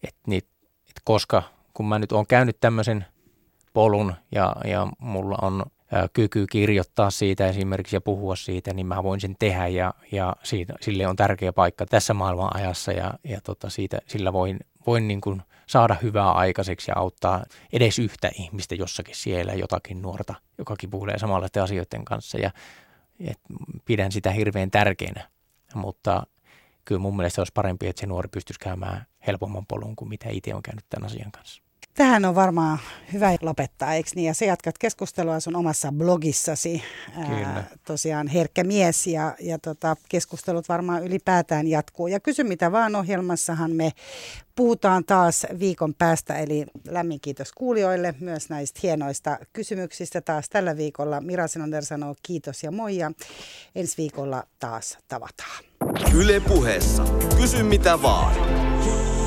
koska kun mä nyt olen käynyt tämmöisen polun ja mulla on kyky kirjoittaa siitä esimerkiksi ja puhua siitä, niin mä voin sen tehdä ja sille on tärkeä paikka tässä maailman ajassa ja sillä voin niin kuin saada hyvää aikaiseksi ja auttaa edes yhtä ihmistä jossakin siellä, jotakin nuorta, joka kipuilee samanlaisten asioiden kanssa ja pidän sitä hirveän tärkeänä, mutta kyllä mun mielestä olisi parempi, että se nuori pystyisi käymään helpomman polun kuin mitä itse on käynyt tämän asian kanssa. Tähän on varmaan hyvä lopettaa, eikö niin? Ja sä jatkat keskustelua sun omassa blogissasi, tosiaan Herkkä mies, ja keskustelut varmaan ylipäätään jatkuu. Ja Kysy mitä vaan -ohjelmassahan me puhutaan taas viikon päästä, eli lämmin kiitos kuulijoille myös näistä hienoista kysymyksistä taas tällä viikolla. Mira Selander sanoo kiitos ja moi, ja ensi viikolla taas tavataan. Yle Puheessa. Kysy mitä vaan.